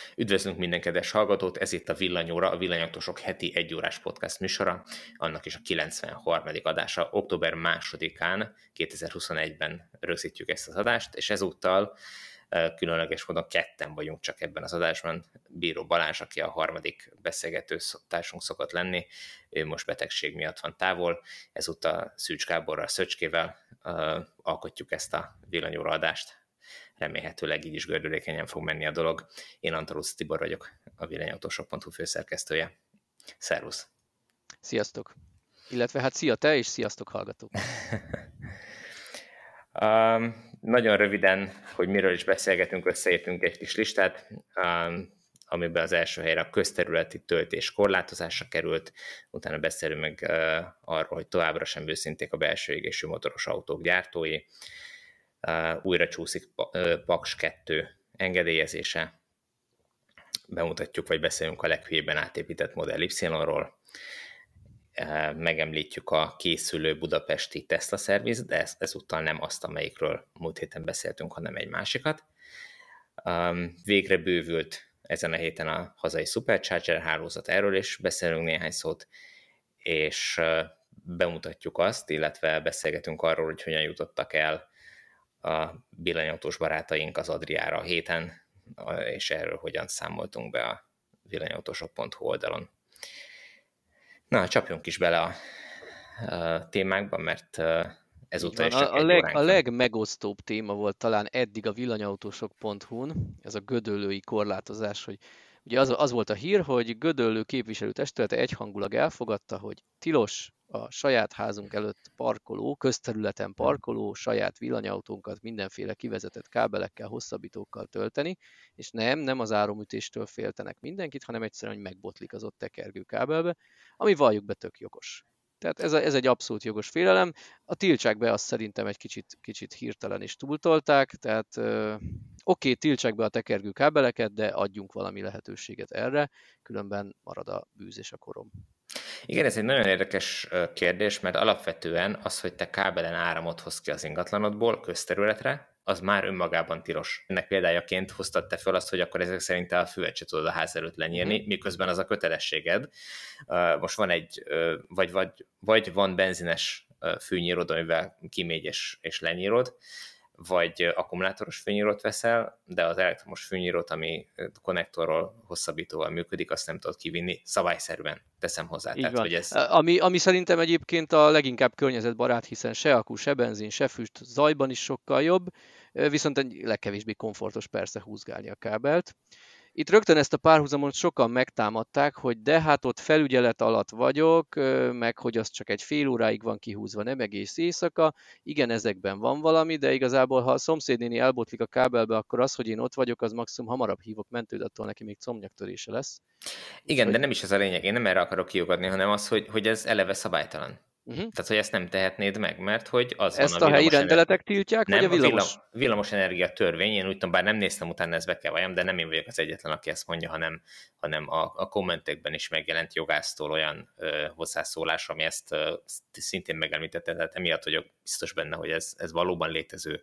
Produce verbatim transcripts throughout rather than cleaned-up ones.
Üdvözlünk minden kedves hallgatót, ez itt a Villanyóra, a Villanyautósok heti egyórás podcast műsora, annak is a kilencvenharmadik adása. Október másodikán, kétezer-huszonegyben rögzítjük ezt az adást, és ezúttal különleges módon ketten vagyunk csak ebben az adásban. Bíró Balázs, aki a harmadik beszélgető társunk szokott lenni, ő most betegség miatt van távol, ezúttal Szűcs Gáborral, Szöcskével uh, alkotjuk ezt a Villanyóra adást. Remélhetőleg így is gördülékenyen fog menni a dolog. Én Antalusz Tibor vagyok, a villanyautósok pont hu főszerkesztője. Szervusz! Sziasztok! Illetve hát szia te, és sziasztok hallgatók! um, nagyon röviden, hogy miről is beszélgetünk, összeértünk egy kis listát, um, amiben az első helyre a közterületi töltés korlátozásra került, utána beszélünk meg uh, arról, hogy továbbra sem őszinték a belső égésű motoros autók gyártói, Uh, újra csúszik uh, Paks kettő engedélyezése, bemutatjuk, vagy beszélünk a leghülyében átépített Model Y-ról, uh, megemlítjük a készülő budapesti Tesla szerviz, de ez, ezúttal nem azt, amelyikről múlt héten beszéltünk, hanem egy másikat. Um, végre bővült ezen a héten a hazai Supercharger hálózat, erről is beszélünk néhány szót, és uh, bemutatjuk azt, illetve beszélgetünk arról, hogy hogyan jutottak el a villanyautós barátaink az Adriára a héten, és erről hogyan számoltunk be a villanyautósok pont hu oldalon. Na, csapjunk is bele a, a témákba, mert ezúttal is csak a, a, leg, a legmegosztóbb téma volt talán eddig a villanyautósok pont hu-n, ez a gödöllői korlátozás, hogy ugye az, az volt a hír, hogy Gödöllő képviselőtestülete egyhangulag elfogadta, hogy tilos a saját házunk előtt parkoló, közterületen parkoló, saját villanyautónkat mindenféle kivezetett kábelekkel, hosszabbítókkal tölteni, és nem, nem az áramütéstől féltenek mindenkit, hanem egyszerűen, hogy megbotlik az ott tekergő kábelbe, ami valljuk be tök jogos. Tehát ez, a, ez egy abszolút jogos félelem. A tiltsák be azt szerintem egy kicsit, kicsit hirtelen is túltolták, tehát ö, oké, okay, tiltsák be a tekergő kábeleket, de adjunk valami lehetőséget erre, különben marad a bűz és a korom. Igen, ez egy nagyon érdekes kérdés, mert alapvetően az, hogy te kábelen áramot hoz ki az ingatlanodból közterületre, az már önmagában tilos. Ennek példájaként hoztad te föl azt, hogy akkor ezek szerint te a füvet se tudod a ház előtt lenyírni, mm. miközben az a kötelességed. Most van egy, vagy, vagy, vagy van benzines fűnyírod, amivel kimégy és, és lenyírod, vagy akkumulátoros fűnyírót veszel, de az elektromos fűnyírót, ami konnektorról, hosszabbítóval működik, azt nem tudod kivinni, szabályszerűen teszem hozzá. Tehát, hogy ez... ami, ami szerintem egyébként a leginkább környezetbarát, hiszen se akku, se benzin, se füst, zajban is sokkal jobb, viszont egy legkevésbé komfortos persze húzgálni a kábelt. Itt rögtön ezt a párhuzamot sokan megtámadták, hogy de hát ott felügyelet alatt vagyok, meg hogy az csak egy fél óráig van kihúzva, nem egész éjszaka. Igen, ezekben van valami, de igazából, ha a szomszédnéni elbotlik a kábelbe, akkor az, hogy én ott vagyok, az maximum hamarabb hívok mentőt, attól neki még combnyaktörése lesz. Igen, hogy... de nem is ez a lényeg, én nem erre akarok kiugadni, hanem az, hogy, hogy ez eleve szabálytalan. Uh-huh. Tehát, hogy ezt nem tehetnéd meg, mert hogy az ezt van a, a helyi rendeletek energi... tiltják, nem, vagy a villamos? a villam, villamos energia törvény, én úgy tudom, bár nem néztem utána, ezt be kell valljam, de nem én vagyok az egyetlen, aki ezt mondja, hanem, hanem a, a kommentekben is megjelent jogásztól olyan ö, hozzászólás, ami ezt ö, szintén megemlítette, tehát emiatt vagyok biztos benne, hogy ez, ez valóban létező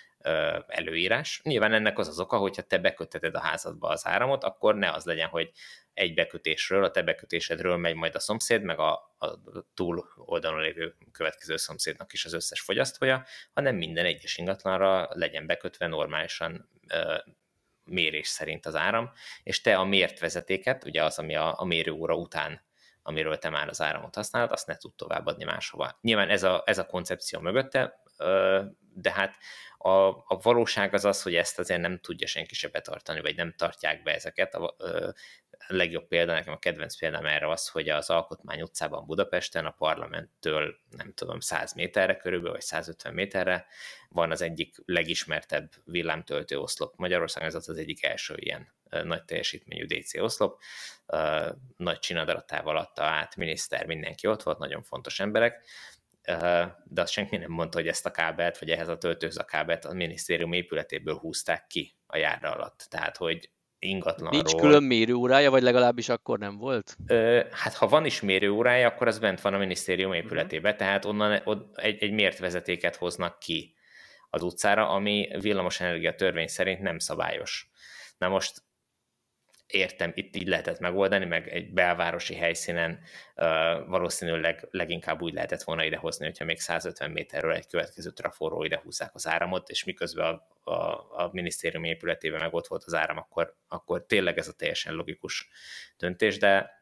ö, előírás. Nyilván ennek az az oka, hogyha te bekötteted a házadba az áramot, akkor ne az legyen, hogy egy bekötésről, a te bekötésedről megy majd a szomszéd, meg a, a túl oldalon lévő következő szomszédnak is az összes fogyasztója, hanem minden egyes ingatlanra legyen bekötve normálisan e, mérés szerint az áram, és te a mért vezetéket, ugye az, ami a, a mérőóra után, amiről te már az áramot használod, azt ne tud továbbadni máshova. Nyilván ez a, ez a koncepció mögötte, de hát a, a valóság az az, hogy ezt azért nem tudja senki se betartani, vagy nem tartják be ezeket. A, a legjobb példa, nekem a kedvenc példám erre az, hogy az Alkotmány utcában Budapesten a parlamenttől nem tudom száz méterre körülbelül, vagy százötven méterre van az egyik legismertebb villámtöltő oszlop Magyarországon, ez az az egyik első ilyen nagy teljesítményű dé cé oszlop, nagy csinadaratával adta át, miniszter, mindenki ott volt, nagyon fontos emberek, de azt senki nem mondta, hogy ezt a kábelt, vagy ehhez a töltőhöz a kábelt a minisztérium épületéből húzták ki a járda alatt. Tehát, hogy ingatlanról... Nincs külön mérőórája, vagy legalábbis akkor nem volt? Hát, ha van is mérőórája, akkor az bent van a minisztérium épületében, uh-huh. tehát onnan egy, egy mért vezetéket hoznak ki az utcára, ami villamosenergia törvény szerint nem szabályos. Na most értem, itt így lehetett megoldani, meg egy belvárosi helyszínen uh, valószínűleg leginkább úgy lehetett volna idehozni, hogyha még százötven méterről egy következő trafóról idehúzzák az áramot, és miközben a, a, a minisztérium épületében meg ott volt az áram, akkor, akkor tényleg ez a teljesen logikus döntés, de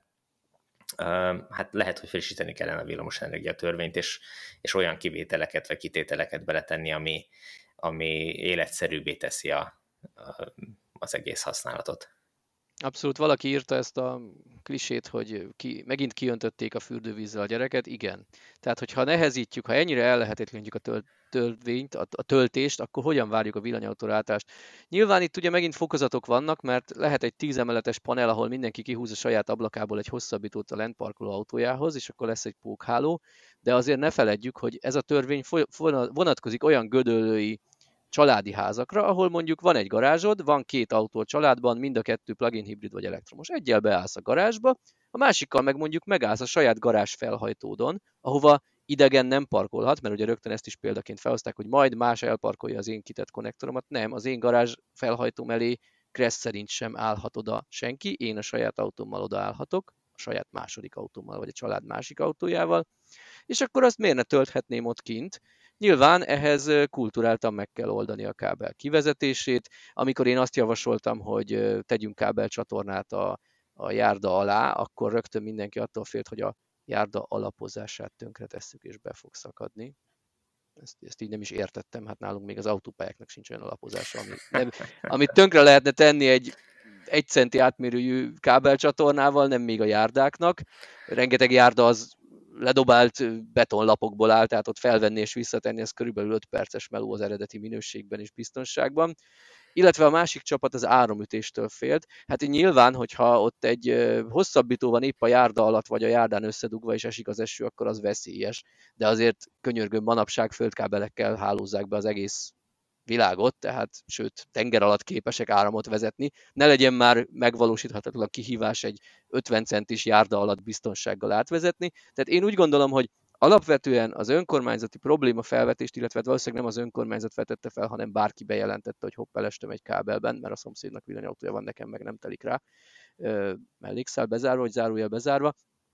uh, hát lehet, hogy frissíteni kellene a villamosenergia törvényt, és, és olyan kivételeket vagy kitételeket beletenni, ami, ami életszerűbbé teszi a, a, az egész használatot. Abszolút, valaki írta ezt a klisét, hogy ki, megint kiöntötték a fürdővízzel a gyereket. Igen. Tehát, hogyha nehezítjük, ha ennyire ellehetetlenítjük a tölt, törvényt, a, a töltést, akkor hogyan várjuk a villanyautóra átást? Nyilván itt ugye megint fokozatok vannak, mert lehet egy tíz emeletes panel, ahol mindenki kihúz a saját ablakából egy hosszabbítót a lent parkoló autójához, és akkor lesz egy pókháló, de azért ne feledjük, hogy ez a törvény vonatkozik olyan gödöllői családi házakra, ahol mondjuk van egy garázsod, van két autó a családban, mind a kettő plug-in hibrid vagy elektromos. Egyel beállsz a garázsba, a másikkal meg mondjuk megállsz a saját garázs felhajtódon, ahova idegen nem parkolhat, mert ugye rögtön ezt is példaként felhozták, hogy majd más elparkolja az én kitett konnektoromat. Nem, az én garázs felhajtóm elé Kressz szerint sem állhat oda senki, én a saját autómmal odaállhatok, a saját második autómmal, vagy a család másik autójával, és akkor azt miért ne tölthetném ott kint? Nyilván ehhez kulturáltan meg kell oldani a kábel kivezetését. Amikor én azt javasoltam, hogy tegyünk kábelcsatornát a, a járda alá, akkor rögtön mindenki attól félt, hogy a járda alapozását tönkretesszük és be fog szakadni. Ezt, ezt így nem is értettem, hát nálunk még az autópályáknak sincs olyan alapozása, ami nem, amit tönkre lehetne tenni egy egy centi átmérőjű kábelcsatornával, nem még a járdáknak. Rengeteg járda az ledobált betonlapokból áll, tehát ott felvenni és visszatenni, ez körülbelül öt perces meló az eredeti minőségben és biztonságban. Illetve a másik csapat az áramütéstől félt. Hát nyilván, hogyha ott egy hosszabbító van épp a járda alatt, vagy a járdán összedugva, és esik az eső, akkor az veszélyes. De azért könyörgöm, manapság földkábelekkel hálózzák be az egész világot, tehát sőt, tenger alatt képesek áramot vezetni. Ne legyen már megvalósíthatatlan kihívás egy ötven centis járda alatt biztonsággal átvezetni. Tehát én úgy gondolom, hogy alapvetően az önkormányzati probléma felvetést, illetve valószínűleg nem az önkormányzat vetette fel, hanem bárki bejelentette, hogy hopp, elestem egy kábelben, mert a szomszédnak villanyautója van, nekem meg nem telik rá. Mellékszál bezárva, vagy zárójel bezárva.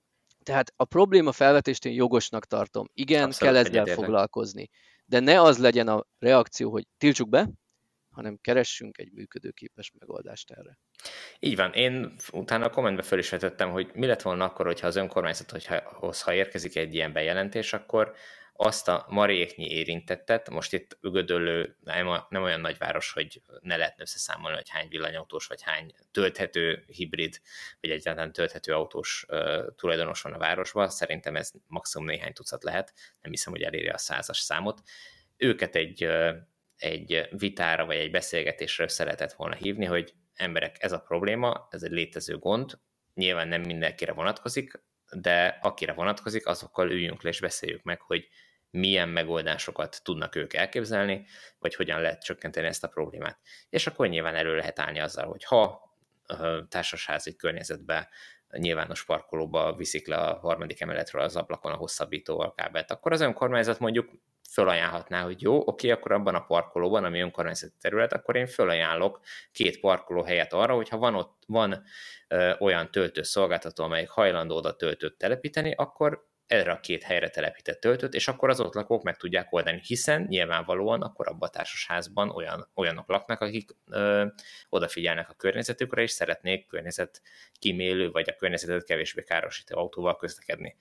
Tehát a probléma felvetést én jogosnak tartom. Igen, abszolút kell ezzel foglalkozni. De ne az legyen a reakció, hogy tiltsuk be, hanem keressünk egy működőképes megoldást erre. Így van. Én utána a kommentbe föl is vetettem, hogy mi lett volna akkor, hogyha az önkormányzathoz, ha érkezik egy ilyen bejelentés, akkor azt a maréknyi érintettet, most itt Gödöllő nem, nem olyan nagyváros, hogy ne lehetne összeszámolni, hogy hány villanyautós, vagy hány tölthető hibrid, vagy egyáltalán tölthető autós uh, tulajdonos van a városban. Szerintem ez maximum néhány tucat lehet, nem hiszem, hogy eléri a százas számot. Őket egy, uh, egy vitára, vagy egy beszélgetésre össze lehetett volna hívni, hogy emberek, ez a probléma, ez egy létező gond, nyilván nem mindenkire vonatkozik, de akire vonatkozik, azokkal üljünk le és beszéljük meg, hogy milyen megoldásokat tudnak ők elképzelni, vagy hogyan lehet csökkenteni ezt a problémát. És akkor nyilván elő lehet állni azzal, hogy ha társasházi környezetben, nyilvános parkolóba viszik le a harmadik emeletről az ablakon a hosszabbítóval kábelt, akkor az önkormányzat mondjuk fölajánlhatná, hogy jó, oké, akkor abban a parkolóban, ami önkormányzati terület, akkor én fölajánlok két parkoló helyet arra, hogyha van ott van ö, olyan töltőszolgáltató, amelyik hajlandó oda töltőt telepíteni, akkor erre a két helyre telepített töltőt, és akkor az ott lakók meg tudják oldani, hiszen nyilvánvalóan akkor abban a társasházban olyan, olyanok laknak, akik ö, odafigyelnek a környezetükre, és szeretnék környezetkímélő, vagy a környezetet kevésbé károsító autóval közlekedni.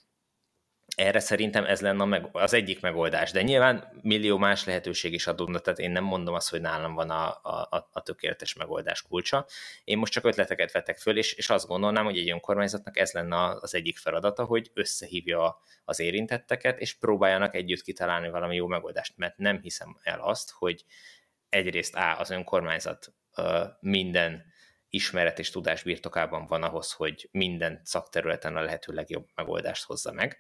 Erre szerintem ez lenne az egyik megoldás, de nyilván millió más lehetőség is adódna, tehát én nem mondom azt, hogy nálam van a, a, a tökéletes megoldás kulcsa. Én most csak ötleteket vettek föl, és, és azt gondolnám, hogy egy önkormányzatnak ez lenne az egyik feladata, hogy összehívja az érintetteket, és próbáljanak együtt kitalálni valami jó megoldást, mert nem hiszem el azt, hogy egyrészt A, az önkormányzat minden ismeret és tudás birtokában van ahhoz, hogy minden szakterületen a lehető legjobb megoldást hozza meg.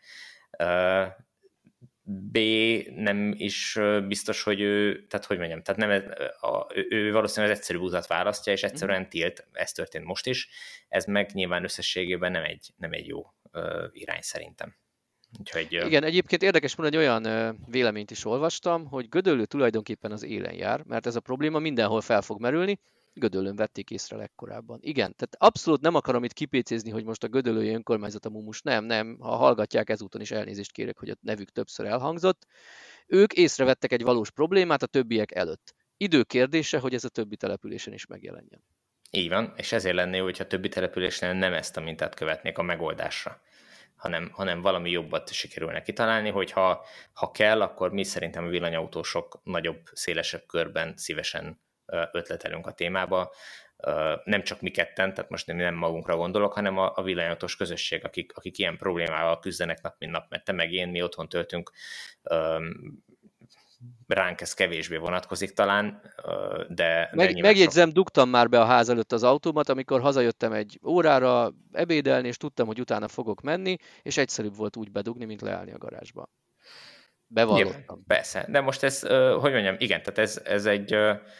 B, nem is biztos, hogy ő, tehát hogy mondjam, tehát nem, a, ő valószínűleg az egyszerű utat választja, és egyszerűen tilt, ez történt most is, ez meg nyilván összességében nem egy, nem egy jó uh, irány szerintem. Úgyhogy, igen, egyébként érdekes módon egy olyan uh, véleményt is olvastam, hogy Gödöllő tulajdonképpen az élen jár, mert ez a probléma mindenhol fel fog merülni, Gödöllőn vették észre legkorábban. Igen, tehát abszolút nem akarom itt kipécézni, hogy most a gödöllői önkormányzat a mumus. Nem, nem. Ha hallgatják, ezúton is elnézést kérek, hogy a nevük többször elhangzott. Ők észrevettek egy valós problémát a többiek előtt. Idő kérdése, hogy ez a többi településen is megjelenjen. Így van, és ezért lenne jó, hogyha a többi településnél nem ezt a mintát követnék a megoldásra, hanem, hanem valami jobbat sikerülne kitalálni, hogy ha, ha kell, akkor mi szerintem a villanyautósok nagyobb, szélesebb körben szívesen ötletelünk a témába. Nem csak mi ketten, tehát most nem magunkra gondolok, hanem a, a villanyautós közösség, akik, akik ilyen problémával küzdenek nap mint nap, mert te meg én, mi otthon töltünk, ránk ez kevésbé vonatkozik talán, de... Meg, de megjegyzem, sok... dugtam már be a ház előtt az autómat, amikor hazajöttem egy órára ebédelni, és tudtam, hogy utána fogok menni, és egyszerűbb volt úgy bedugni, mint leállni a garázsba. Bevallottam. Jó, persze, de most ez, hogy mondjam, igen, tehát ez, ez egy...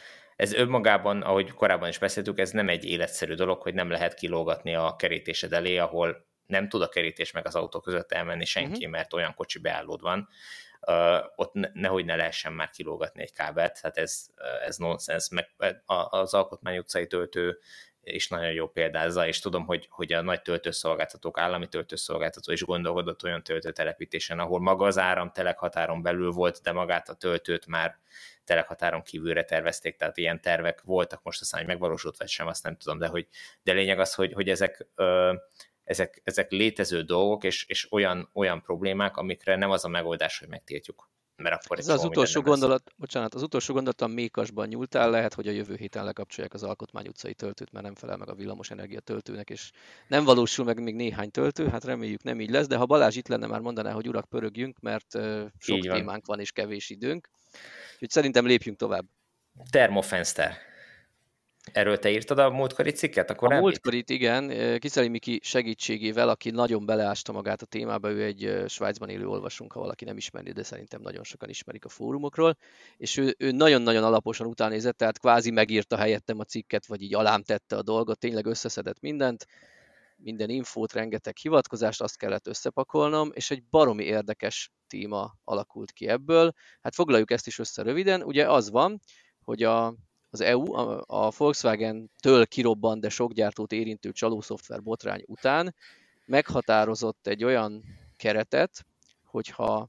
Ez önmagában, ahogy korábban is beszéltük, ez nem egy életszerű dolog, hogy nem lehet kilógatni a kerítésed elé, ahol nem tud a kerítés meg az autó között elmenni senki, uh-huh. mert olyan kocsi beállód van. Uh, ott ne, nehogy ne lehessen már kilógatni egy kábelt, hát ez, ez nonsens, meg az Alkotmány utcai töltő is nagyon jó példázza, és tudom, hogy, hogy a nagy töltőszolgáltatók, állami töltőszolgáltató is gondolkodott olyan töltőtelepítésen, ahol maga az áram telekhatáron belül volt, de magát a töltőt már telekhatáron kívülre tervezték, tehát ilyen tervek voltak, most aztán, hogy megvalósult vagy sem, azt nem tudom, de, hogy, de lényeg az, hogy, hogy ezek, ö, ezek, ezek létező dolgok, és, és olyan, olyan problémák, amikre nem az a megoldás, hogy megtiltjuk. Mert akkor Ez az utolsó gondolat, lesz. bocsánat, az utolsó gondolatom mékasban nyúltál, lehet, hogy a jövő héten lekapcsolják az Alkotmány utcai töltőt, mert nem felel meg a villamosenergia töltőnek, és nem valósul meg még néhány töltő, hát reméljük nem így lesz, de ha Balázs itt lenne, már mondaná, hogy urak, pörögjünk, mert uh, sok van. témánk van és kevés időnk. Úgyhogy szerintem lépjünk tovább. Termofenster. Erről te írtad a múltkori cikket? Akkor a múltkorit, igen. Kiszeli Miki segítségével, aki nagyon beleásta magát a témába, ő egy Svájcban élő olvasónk, ha valaki nem ismeri, de szerintem nagyon sokan ismerik a fórumokról, és ő, ő nagyon-nagyon alaposan utánézett, tehát kvázi megírta helyettem a cikket, vagy így alám tette a dolgot, tényleg összeszedett mindent, minden infót, rengeteg hivatkozást, azt kellett összepakolnom, és egy baromi érdekes téma alakult ki ebből. Hát foglaljuk ezt is össze röviden. Ugye az van, hogy a az é u a, a Volkswagen-től kirobbant, de sok gyártót érintő csalószoftver botrány után meghatározott egy olyan keretet, hogyha,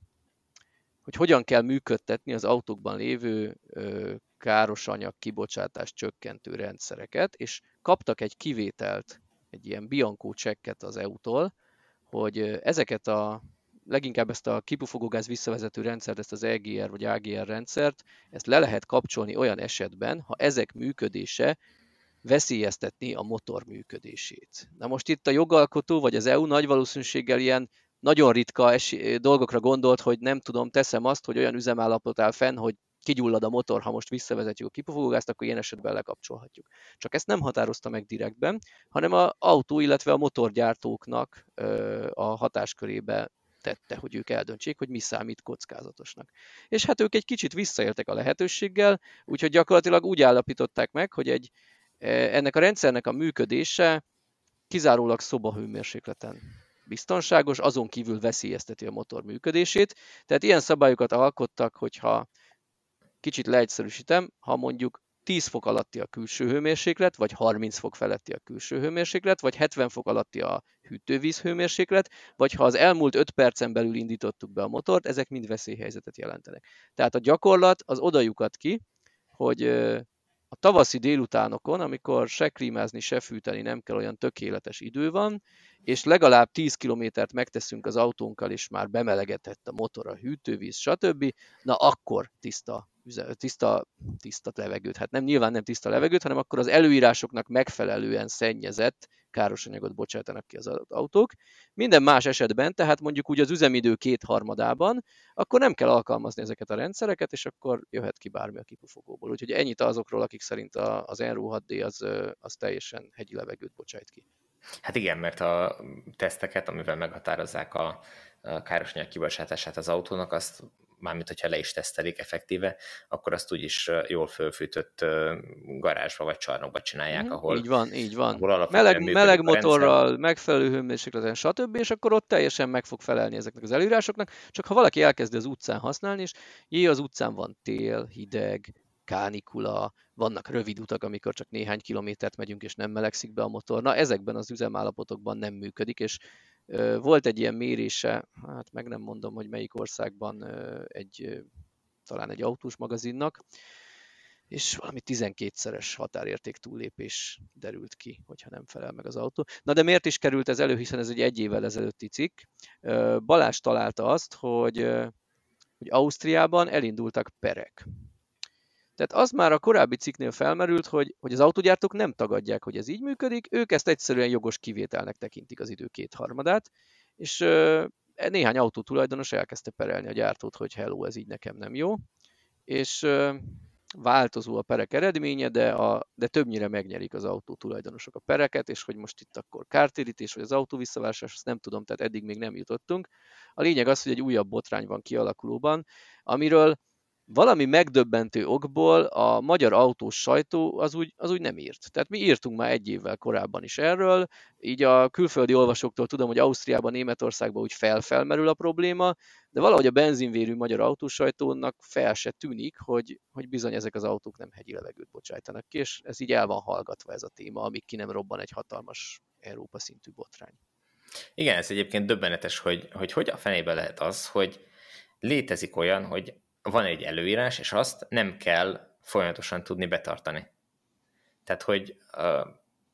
hogy hogyan kell működtetni az autókban lévő ö, károsanyag kibocsátás csökkentő rendszereket, és kaptak egy kivételt, egy ilyen bianco csekket az é u-tól, hogy ezeket a leginkább ezt a kipufogógáz visszavezető rendszert, ezt az é gé er vagy á gé er rendszert, ezt le lehet kapcsolni olyan esetben, ha ezek működése veszélyeztetni a motor működését. Na most itt a jogalkotó vagy az é u nagy valószínűséggel ilyen nagyon ritka es- dolgokra gondolt, hogy nem tudom, teszem azt, hogy olyan üzemállapot áll fenn, hogy kigyullad a motor, ha most visszavezetjük a kipufogógázt, akkor ilyen esetben lekapcsolhatjuk. Csak ezt nem határozta meg direktben, hanem az autó, illetve a motorgyártóknak a hatáskörébe tette, hogy ők eldöntsék, hogy mi számít kockázatosnak. És hát ők egy kicsit visszaéltek a lehetőséggel, úgyhogy gyakorlatilag úgy állapították meg, hogy egy, ennek a rendszernek a működése kizárólag szobahőmérsékleten biztonságos, azon kívül veszélyezteti a motor működését. Tehát ilyen szabályokat alkottak, hogyha kicsit leegyszerűsítem, ha mondjuk tíz fok alatti a külső hőmérséklet, vagy harminc fok feletti a külső hőmérséklet, vagy hetven fok alatti a hűtővíz hőmérséklet, vagy ha az elmúlt öt percen belül indítottuk be a motort, ezek mind veszélyhelyzetet jelentenek. Tehát a gyakorlat az oda lyukat ki, hogy a tavaszi délutánokon, amikor se klímázni, se fűteni nem kell, olyan tökéletes idő van, és legalább tíz kilométert megteszünk az autónkkal, és már bemelegetett a motor, a hűtővíz, stb. Na akkor tiszta, tiszta, tiszta levegőt, hát nem nyilván nem tiszta levegőt, hanem akkor az előírásoknak megfelelően szennyezett károsanyagot bocsátanak ki az autók. Minden más esetben, tehát mondjuk úgy az üzemidő kétharmadában, akkor nem kell alkalmazni ezeket a rendszereket, és akkor jöhet ki bármi a kipufogóból. Úgyhogy ennyit azokról, akik szerint az Enro hat dé az, az teljesen hegyi levegőt bocsájt ki. Hát igen, mert a teszteket, amivel meghatározzák a károsanyag kibocsátását az autónak, azt mármint, hogyha le is tesztelik effektíve, akkor azt úgyis jól fölfűtött garázsba vagy csarnokba csinálják, ahol... Így van, így van. Meleg, meleg motorral, megfelelő hőmérsékleten, stb. És akkor ott teljesen meg fog felelni ezeknek az előírásoknak. Csak ha valaki elkezdi az utcán használni, és jé, az utcán van tél, hideg, kánikula, vannak rövid utak, amikor csak néhány kilométert megyünk, és nem melegszik be a motor. Na, ezekben az üzemállapotokban nem működik, és ö, volt egy ilyen mérése, hát meg nem mondom, hogy melyik országban ö, egy, ö, talán egy autós magazinnak, és valami tizenkétszeres határérték túllépés derült ki, hogyha nem felel meg az autó. Na de miért is került ez elő, hiszen ez egy egy évvel ezelőtti cikk. Balázs találta azt, hogy, hogy Ausztriában elindultak perek. Tehát az már a korábbi cikknél felmerült, hogy, hogy az autógyártók nem tagadják, hogy ez így működik, ők ezt egyszerűen jogos kivételnek tekintik az idő kétharmadát, és néhány autótulajdonos elkezdte perelni a gyártót, hogy hello, ez így nekem nem jó, és változó a perek eredménye, de, a, de többnyire megnyerik az autó tulajdonosok a pereket, és hogy most itt akkor kártérítés, vagy az autó visszavásárlás, azt nem tudom, tehát eddig még nem jutottunk. A lényeg az, hogy egy újabb botrány van kialakulóban, amiről valami megdöbbentő okból a magyar autós sajtó az úgy, az úgy nem írt. Tehát mi írtunk már egy évvel korábban is erről, így a külföldi olvasóktól tudom, hogy Ausztriában, Németországban úgy felfelmerül a probléma, de valahogy a benzinvérű magyar autós sajtónak fel se tűnik, hogy, hogy bizony ezek az autók nem hegyi levegőt bocsájtanak ki, és ez így el van hallgatva ez a téma, amíg ki nem robban egy hatalmas Európa szintű botrány. Igen, ez egyébként döbbenetes, hogy, hogy hogy a fenébe lehet az, hogy létezik olyan, hogy van egy előírás, és azt nem kell folyamatosan tudni betartani. Tehát, hogy uh,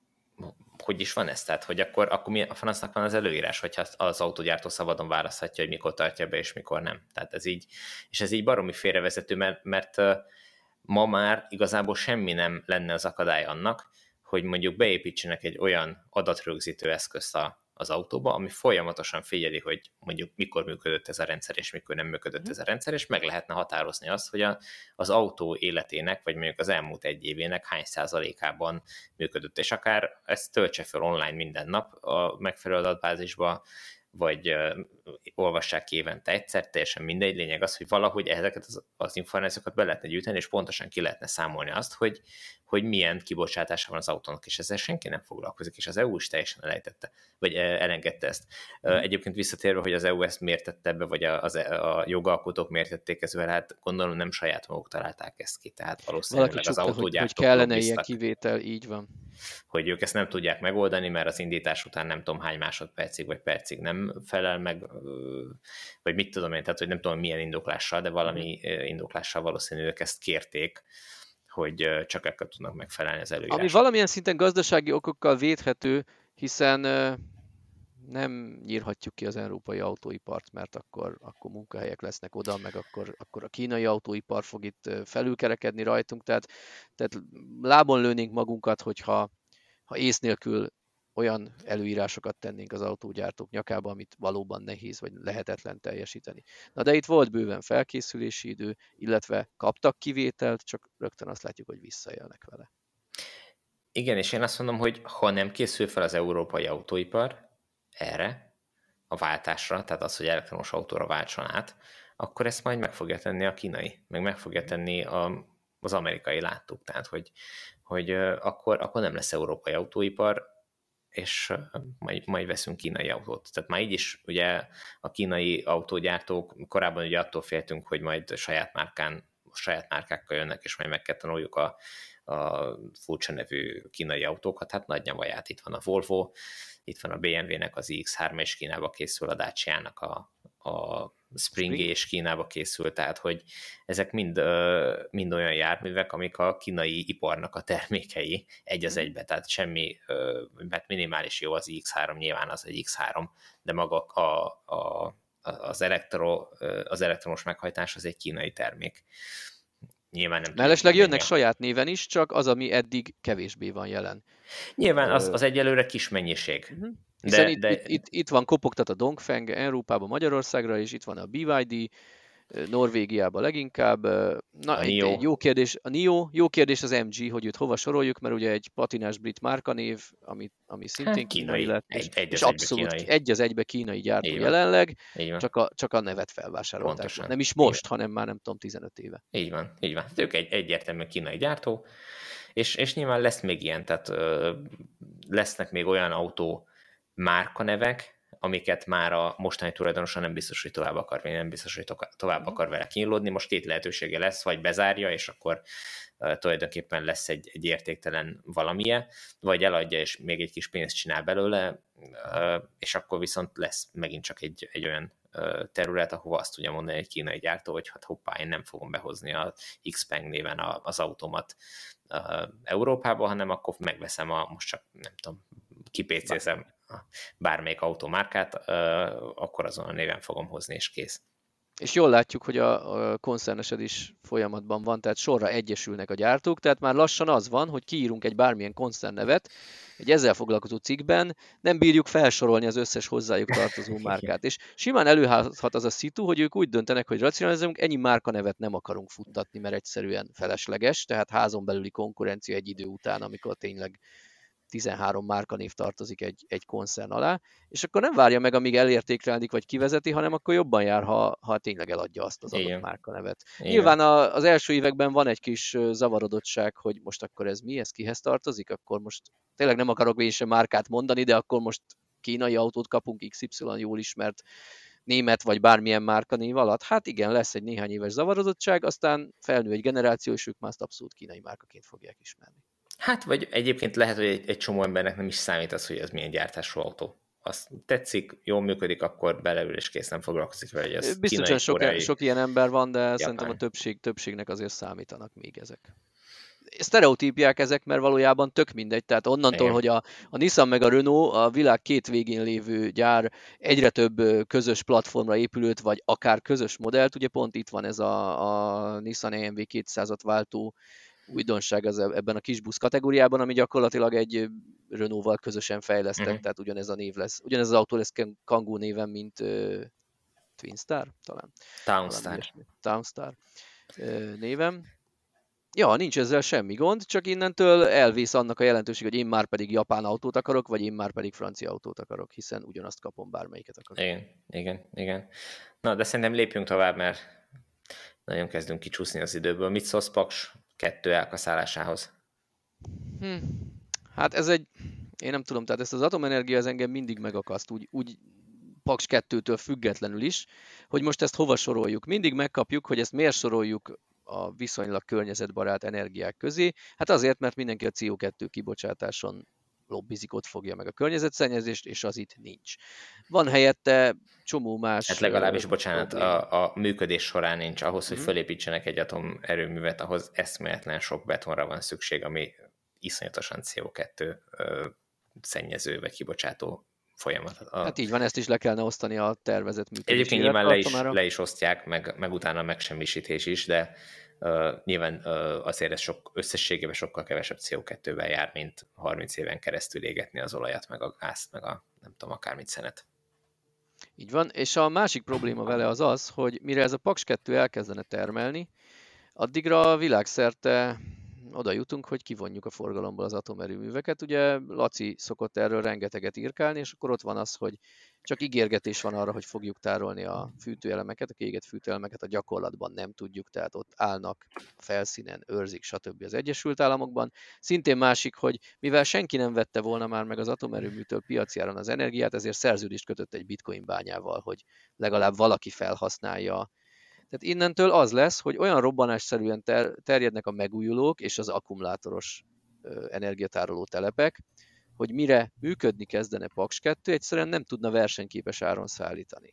hogy is van ez? Tehát, hogy akkor, akkor mi a franasznak van az előírás, hogyha az autógyártó szabadon választhatja, hogy mikor tartja be, és mikor nem. Tehát ez így, és ez így baromi félrevezető, mert, mert uh, ma már igazából semmi nem lenne az akadály annak, hogy mondjuk beépítsenek egy olyan adatrögzítő eszközt a az autóba, ami folyamatosan figyeli, hogy mondjuk mikor működött ez a rendszer, és mikor nem működött ez a rendszer, és meg lehetne határozni azt, hogy a, az autó életének, vagy mondjuk az elmúlt egy évének hány százalékában működött, és akár ezt töltse fel online minden nap a megfelelő adatbázisba, vagy uh, olvassák ki évente egyszer, teljesen mindegy, lényeg az, hogy valahogy ezeket az, az információkat be lehetne gyűjteni, és pontosan ki lehetne számolni azt, hogy, hogy milyen kibocsátása van az autónak, és ezzel senki nem foglalkozik, és az é u is teljesen elejtette, vagy elengedte ezt. Mm. Egyébként visszatérve, hogy az é u ezt miért tette be, vagy a, a jogalkotók miért tették ezt, hát gondolom nem saját maguk találták ezt ki, tehát valószínűleg valaki az csukta, autógyártók hogy, hogy kellene ilyen kivétel, így van. Hogy ők ezt nem tudják megoldani, mert az indítás után nem tudom hány másodpercig vagy percig nem felel meg, vagy mit tudom én, tehát hogy nem tudom milyen indoklással, de valami indoklással valószínűleg ezt kérték, hogy csak ekkor tudnak megfelelni az előírások. Ami valamilyen szinten gazdasági okokkal védhető, hiszen nem nyírhatjuk ki az európai autóipart, mert akkor, akkor munkahelyek lesznek oda, meg akkor, akkor a kínai autóipar fog itt felülkerekedni rajtunk, tehát, tehát lábon lőnénk magunkat, hogyha ha ész nélkül olyan előírásokat tennénk az autógyártók nyakába, amit valóban nehéz vagy lehetetlen teljesíteni. Na de itt volt bőven felkészülési idő, illetve kaptak kivételt, csak rögtön azt látjuk, hogy visszaélnek vele. Igen, és én azt mondom, hogy ha nem készül fel az európai autóipar erre, a váltásra, tehát az, hogy elektromos autóra váltson át, akkor ezt majd meg fogja tenni a kínai, meg meg fogja tenni a, az amerikai láttuk, tehát hogy, hogy akkor, akkor nem lesz európai autóipar, és majd, majd veszünk kínai autót. Tehát már így is ugye a kínai autógyártók, korábban ugye attól féltünk, hogy majd saját márkán, saját márkákkal jönnek, és majd meg kell tanuljuk a, a furcsa nevű kínai autókat, hát nagy nyavaját, itt van a Volvo, itt van a bé em vé-nek az i iksz három, és Kínába készül, a Dacia-nak a, a Spring, Spring, és Kínába készül, tehát hogy ezek mind, mind olyan járművek, amik a kínai iparnak a termékei egy az egybe, tehát semmi, mert minimális jó az i iksz három, nyilván az egy iksz három, de maga a, a, az, elektro, az elektromos meghajtás az egy kínai termék. Nyilván nem. Mellesleg jönnek saját néven is, csak az, ami eddig kevésbé van jelen. Nyilván az, az egyelőre kis mennyiség. Uh-huh. Hiszen de, itt, de... Itt, itt, itt van kopogtat a Dongfeng Európában, Magyarországra, és itt van a bé vé dé, Norvégiában leginkább. Na, a egy, egy jó kérdés, a NIO, jó kérdés az em gé, hogy őt hova soroljuk, mert ugye egy patinás brit márkanév, ami, ami szintén hát, kínai lett, és, egy, egy és abszolút kínai. egy az egybe kínai gyártó jelenleg, csak a, csak a nevet felvásárolták. Nem is most, hanem már nem tudom, tizenöt éve. Így van, így van. Ők egy egyértelműen kínai gyártó, és, és nyilván lesz még ilyen, tehát ö, lesznek még olyan autó márkanevek, amiket már a mostani tulajdonosa nem biztos, hogy tovább akar vinni, nem biztos, hogy tovább akar vele kínlódni. Most két lehetősége lesz, vagy bezárja, és akkor uh, tulajdonképpen lesz egy, egy értéktelen valamije, vagy eladja, és még egy kis pénzt csinál belőle, uh, és akkor viszont lesz megint csak egy, egy olyan uh, terület, ahova azt tudja mondani egy kínai gyártó, hogy hát hoppá, én nem fogom behozni a Xpeng néven a, az automat uh, Európába, hanem akkor megveszem a, most csak nem tudom, kipécézem bármelyik automárkát, akkor azon a néven fogom hozni, és kész. És jól látjuk, hogy a koncernesedés folyamatban van, tehát sorra egyesülnek a gyártók, tehát már lassan az van, hogy kiírunk egy bármilyen koncernnevet, egy ezzel foglalkozó cikkben, nem bírjuk felsorolni az összes hozzájuk tartozó márkát. És simán előállhat az a szitu, hogy ők úgy döntenek, hogy racionalizálunk, ennyi márkanevet nem akarunk futtatni, mert egyszerűen felesleges, tehát házon belüli konkurencia egy idő után, amikor tényleg tizenhárom márkanév tartozik egy, egy koncern alá, és akkor nem várja meg, amíg elértékelenik, vagy kivezeti, hanem akkor jobban jár, ha, ha tényleg eladja azt az adott Igen. márkanevet. Igen. Nyilván a, az első években van egy kis zavarodottság, hogy most akkor ez mi, ez kihez tartozik, akkor most tényleg nem akarok én sem márkát mondani, de akkor most kínai autót kapunk iksz ipszilon jól ismert német vagy bármilyen márkanév alatt. Hát igen, lesz egy néhány éves zavarodottság, aztán felnő egy generáció, és ők már azt abszolút kínai márkaként fogják ismerni. Hát, vagy egyébként lehet, hogy egy, egy csomó embernek nem is számít az, hogy ez milyen gyártású autó. Azt tetszik, jól működik, akkor beleül és kész, nem foglalkozik vele, hogy ez biztosan kínai, sok, koreai, sok ilyen ember van, de japán. Szerintem a többség, többségnek azért számítanak még ezek. Sztereotípiák ezek, mert valójában tök mindegy. Tehát onnantól, Igen. hogy a, a Nissan meg a Renault a világ két végén lévő gyár egyre több közös platformra épülőt, vagy akár közös modellt, ugye pont itt van ez a, a Nissan á em vé kétszázat váltó újdonság az ebben a kisbusz kategóriában, ami gyakorlatilag egy Renault-val közösen fejlesztek, uh-huh. tehát ugyanez a név lesz. Ugyanez az autó lesz Kangoo néven, mint uh, Twin Star, talán. Townstar. Townstar uh, néven. Ja, nincs ezzel semmi gond, csak innentől elvész annak a jelentőség, hogy én már pedig japán autót akarok, vagy én már pedig francia autót akarok, hiszen ugyanazt kapom, bármelyiket akarok. Igen, igen, igen. Na, de szerintem lépjünk tovább, mert nagyon kezdünk kicsúszni az időből. Mit szólsz Paks kettő elkaszálásához? Hm. Hát ez egy, én nem tudom, tehát ezt az atomenergia ez engem mindig megakaszt, úgy, úgy Paks kettőtől függetlenül is, hogy most ezt hova soroljuk. Mindig megkapjuk, hogy ezt miért soroljuk a viszonylag környezetbarát energiák közé. Hát azért, mert mindenki a cé o kettő kibocsátáson lobbizik, ott fogja meg a környezetszennyezést, és az itt nincs. Van helyette csomó más... Hát legalábbis, bocsánat, a, a működés során nincs. Ahhoz, hogy mm. fölépítsenek egy atomerőművet, ahhoz eszméletlen sok betonra van szükség, ami iszonyatosan cé o kettő ö, szennyező vagy kibocsátó folyamat. A... Hát így van, ezt is le kellene osztani a tervezett működés. Egyébként nyilván le is, le is osztják, meg, meg utána megsemmisítés is, de uh, nyilván uh, azért ez sok, összességében sokkal kevesebb cé o kettővel jár, mint harminc éven keresztül égetni az olajat, meg a gázt, meg a nem tudom, akármit szenet. Így van, és a másik probléma vele az az, hogy mire ez a Paks kettő elkezdene termelni, addigra világszerte oda jutunk, hogy kivonjuk a forgalomból az atomerőműveket. Ugye Laci szokott erről rengeteget írkálni, és akkor ott van az, hogy csak ígérgetés van arra, hogy fogjuk tárolni a fűtőelemeket, a kiégett fűtőelemeket, a gyakorlatban nem tudjuk, tehát ott állnak felszínen, őrzik, stb. Az Egyesült Államokban. Szintén másik, hogy mivel senki nem vette volna már meg az atomerőműtől piaci áron az energiát, ezért szerződést kötött egy bitcoin bányával, hogy legalább valaki felhasználja. Tehát innentől az lesz, hogy olyan robbanásszerűen ter- terjednek a megújulók és az akkumulátoros ö, energiatároló telepek, hogy mire működni kezdene Paks kettő, egyszerűen nem tudna versenyképes áron szállítani.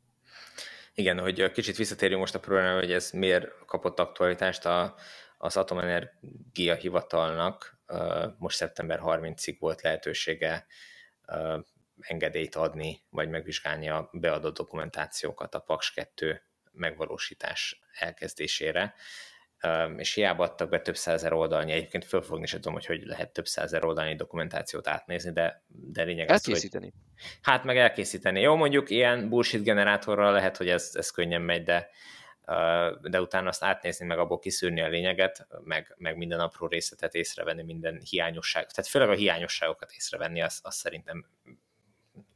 Igen, hogy kicsit visszatérjünk most a problémára, hogy ez miért kapott aktualitást a, az Atomenergia Hivatalnak. Most szeptember harmincadikáig volt lehetősége engedélyt adni, vagy megvizsgálni a beadott dokumentációkat a Paks kettő megvalósítás elkezdésére, és hiába adtak be több százezer oldalnyi, egyébként fölfogni sem tudom, hogy hogy lehet több százezer oldalnyi dokumentációt átnézni, de, de lényeg az, elkészíteni. Hogy... Hát meg elkészíteni. Jó, mondjuk ilyen bullshit generátorral lehet, hogy ez, ez könnyen megy, de, de utána azt átnézni, meg abból kiszűrni a lényeget, meg, meg minden apró részletet észrevenni, minden hiányosságot, tehát főleg a hiányosságokat észrevenni, azt, azt szerintem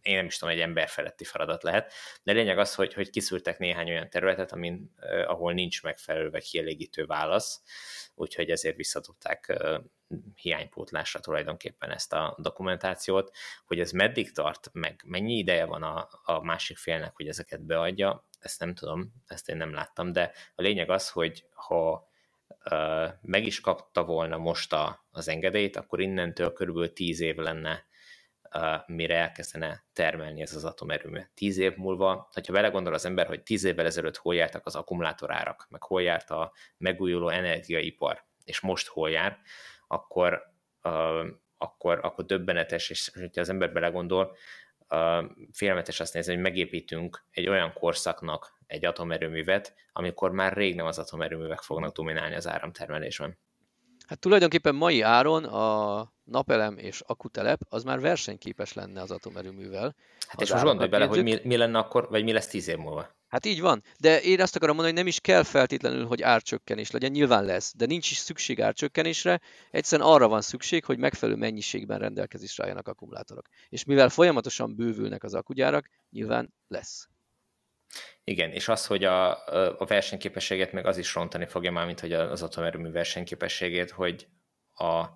én nem is tudom, egy ember feletti feladat lehet, de lényeg az, hogy, hogy kiszűrtek néhány olyan területet, amin, ahol nincs megfelelő vagy kielégítő válasz, úgyhogy ezért visszadobták hiánypótlásra tulajdonképpen ezt a dokumentációt, hogy ez meddig tart, meg mennyi ideje van a, a másik félnek, hogy ezeket beadja, ezt nem tudom, ezt én nem láttam, de a lényeg az, hogy ha uh, meg is kapta volna most a, az engedélyt, akkor innentől körülbelül tíz év lenne, uh, mire elkezdene termelni ez az atomerőmű. Tíz év múlva, hogyha belegondol az ember, hogy tíz évvel ezelőtt hol jártak az akkumulátorárak, meg hol járt a megújuló energiaipar, és most hol jár, akkor, uh, akkor, akkor döbbenetes, és hogyha az ember belegondol, uh, félelmetes azt nézni, hogy megépítünk egy olyan korszaknak egy atomerőművet, amikor már rég nem az atomerőművek fognak dominálni az áramtermelésben. Hát tulajdonképpen mai áron a napelem és akkutelep az már versenyképes lenne az atomerőművel. Hát és most gondolj bele, hogy mi, mi lenne akkor, vagy mi lesz tíz év múlva. Hát így van, de én azt akarom mondani, hogy nem is kell feltétlenül, hogy árcsökkenés legyen, nyilván lesz, de nincs is szükség árcsökkenésre, egyszerűen arra van szükség, hogy megfelelő mennyiségben rendelkezésre álljanak akkumulátorok. És mivel folyamatosan bővülnek az akkugyárak, nyilván lesz. Igen, és az, hogy a, a versenyképességet meg az is rontani fogja már, mint hogy az atomerőmű versenyképességét, hogy a, a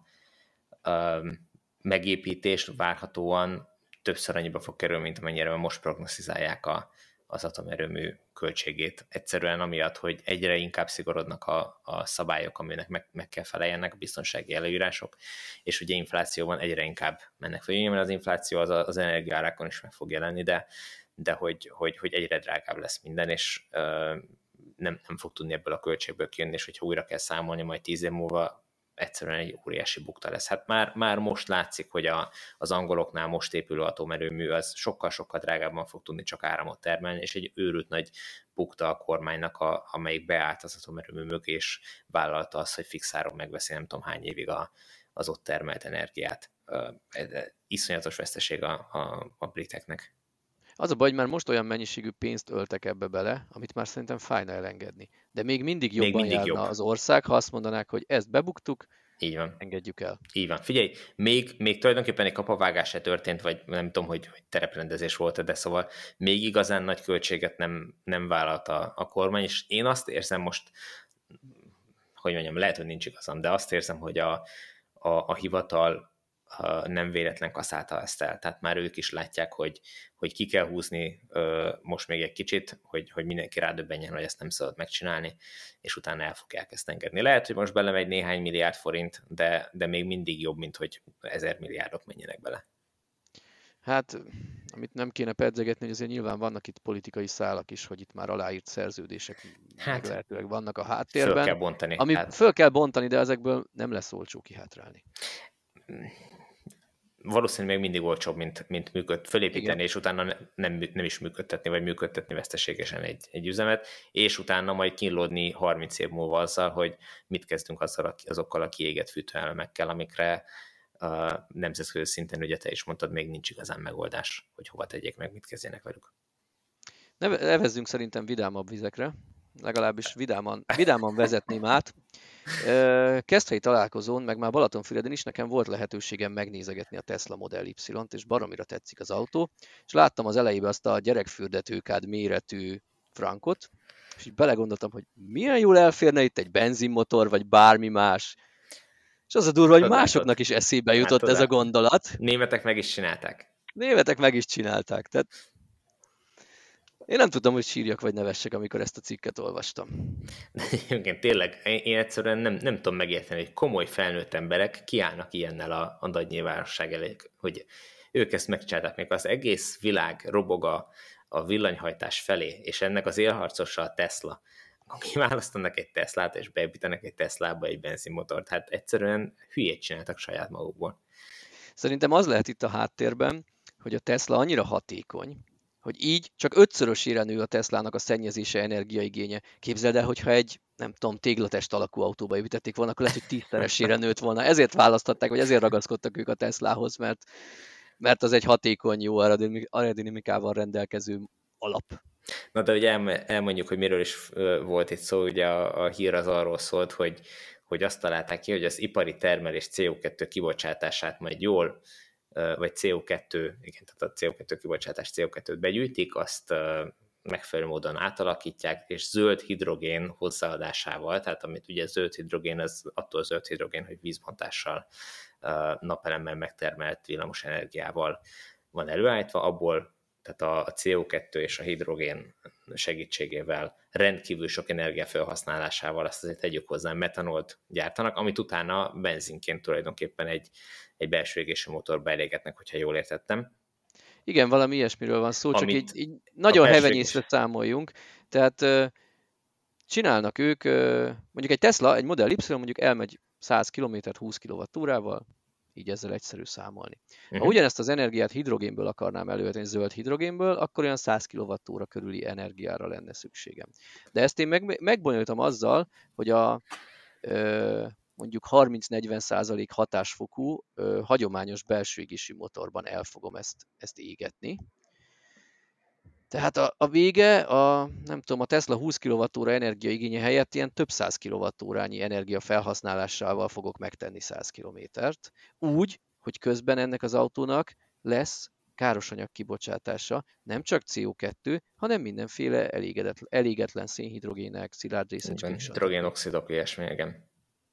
megépítés várhatóan többször annyiba fog kerülni, mint amennyire most prognosztizálják a, az atomerőmű költségét. Egyszerűen amiatt, hogy egyre inkább szigorodnak a, a szabályok, aminek meg, meg kell feleljenek, a biztonsági előírások, és ugye inflációban egyre inkább mennek fel. Nyilván az infláció az, az energiaárakon is meg fog jelenni, de, de hogy, hogy, hogy egyre drágább lesz minden, és uh, nem, nem fog tudni ebből a költségből kijönni, és hogyha újra kell számolni majd tíz év múlva, egyszerűen egy óriási bukta lesz. Hát már, már most látszik, hogy a, az angoloknál most épülő atomerőmű az sokkal-sokkal drágábban fog tudni csak áramot termelni, és egy őrült nagy bukta a kormánynak, a, amelyik beállt az atomerőmű mögé, és vállalta azt, hogy fix áron megveszi nem tudom hány évig a, az ott termelt energiát. Iszonyatos veszteség a, a, a briteknek. Az a baj, hogy már most olyan mennyiségű pénzt öltek ebbe bele, amit már szerintem fájna elengedni. De még mindig jobban még mindig járna jobb. Az ország, ha azt mondanák, hogy ezt bebuktuk, így van. Engedjük el. Így van. Figyelj, még, még tulajdonképpen egy kapavágás se történt, vagy nem tudom, hogy, hogy tereprendezés volt, de szóval még igazán nagy költséget nem, nem vállalta a kormány, és én azt érzem most, hogy mondjam, lehet, hogy nincs igazam, de azt érzem, hogy a, a, a hivatal nem véletlen kaszálta ezt el. Tehát már ők is látják, hogy, hogy ki kell húzni uh, most még egy kicsit, hogy, hogy mindenki rádöbbenjen, hogy ezt nem szabad megcsinálni, és utána el fogják ezt engedni. Lehet, hogy most belemegy néhány milliárd forint, de, de még mindig jobb, mint hogy ezer milliárdok menjenek bele. Hát, amit nem kéne pedzegetni, hogy azért nyilván vannak itt politikai szálak is, hogy itt már aláírt szerződések hát, lehetőleg vannak a háttérben. Föl kell bontani. Ami hát... föl kell bontani, de ezekből nem lesz olcsó kihátrálni. Valószínűleg még mindig olcsóbb, mint, mint működ, fölépíteni, igen. És utána nem, nem is működtetni, vagy működtetni veszteségesen egy, egy üzemet, és utána majd kínlódni harminc év múlva azzal, hogy mit kezdünk azzal, azokkal a kiégett fűtőelemekkel, amikre uh, nemzetközi szinten, ugye te is mondtad, még nincs igazán megoldás, hogy hova tegyék meg, mit kezdjenek velük. Nevezzünk szerintem vidámabb vizekre, legalábbis vidáman, vidáman vezetném át. Keszthelyi találkozón, meg már Balatonfüreden is nekem volt lehetőségem megnézegetni a Tesla Model Y-t, és baromira tetszik az autó, és láttam az elejében azt a gyerekfürdetőkád méretű frankot, és így belegondoltam, hogy milyen jól elférne itt egy benzinmotor, vagy bármi más. És az a durva, hogy másoknak is eszébe jutott hát, ez a gondolat. Németek meg is csinálták. Németek meg is csinálták, tehát én nem tudtam, hogy sírjak vagy nevessek, amikor ezt a cikket olvastam. Igen, tényleg, én egyszerűen nem, nem tudom megérteni, hogy komoly felnőtt emberek kiállnak ilyennel a, a nagy nyilvánosság elé, hogy ők ezt megcsinálták, még az egész világ robog a, a villanyhajtás felé, és ennek az élharcosa a Tesla. Akkor kiválasztanak egy Teslát, és beépítenek egy Teslába egy benzinmotort. Hát egyszerűen hülyét csináltak saját magukból. Szerintem az lehet itt a háttérben, hogy a Tesla annyira hatékony, hogy így csak ötszörösére nő a Teslának a szennyezése, energiaigénye. Képzeld el, hogyha egy, nem tudom, téglatest alakú autóba építették volna, akkor lehet, hogy tízszeresére nőtt volna. Ezért választották, vagy ezért ragaszkodtak ők a Teslához, mert, mert az egy hatékony, jó aerodinamikával rendelkező alap. Na de ugye elmondjuk, hogy miről is volt itt szó, ugye a, a hír az arról szólt, hogy, hogy azt találták ki, hogy az ipari termelés cé o kettő kibocsátását majd jól vagy cé o kettő, igen, tehát a cé o kettő kibocsátás cé o kettőt begyűjtik, azt megfelelő módon átalakítják, és zöld hidrogén hozzáadásával, tehát amit ugye zöld hidrogén, az attól zöld hidrogén, hogy vízbontással, napelemmel megtermelt villamos energiával van előállítva, abból tehát a cé o kettő és a hidrogén segítségével rendkívül sok energia felhasználásával, azt azért tegyük hozzá, metanolt gyártanak, amit utána benzinként tulajdonképpen egy, egy belső égésű motorba elégetnek, hogyha jól értettem. Igen, valami ilyesmiről van szó, csak így, így nagyon hevenyészre számoljunk. Tehát csinálnak ők, mondjuk egy Tesla, egy Model Y mondjuk elmegy száz kilométert húsz kilowattórával, így ezzel egyszerű számolni. Uh-huh. Ha ugyanezt az energiát hidrogénből akarnám előállítani, zöld hidrogénből, akkor olyan száz kilowattóra körüli energiára lenne szükségem. De ezt én meg, megbonyolítom azzal, hogy a ö, mondjuk harminc-negyven százalék hatásfokú ö, hagyományos belső égésű motorban el fogom ezt, ezt égetni. Tehát a, a vége, a, nem tudom, a Tesla húsz kilowattóra energiaigénye helyett ilyen több száz kilowattórányi energia felhasználásával fogok megtenni száz kilométert. Úgy, hogy közben ennek az autónak lesz károsanyag kibocsátása, nem csak cé o kettő, hanem mindenféle elégetlen, elégetlen szénhidrogének, szilárd részecskék. Hidrogénoxidok, ilyesmi, igen.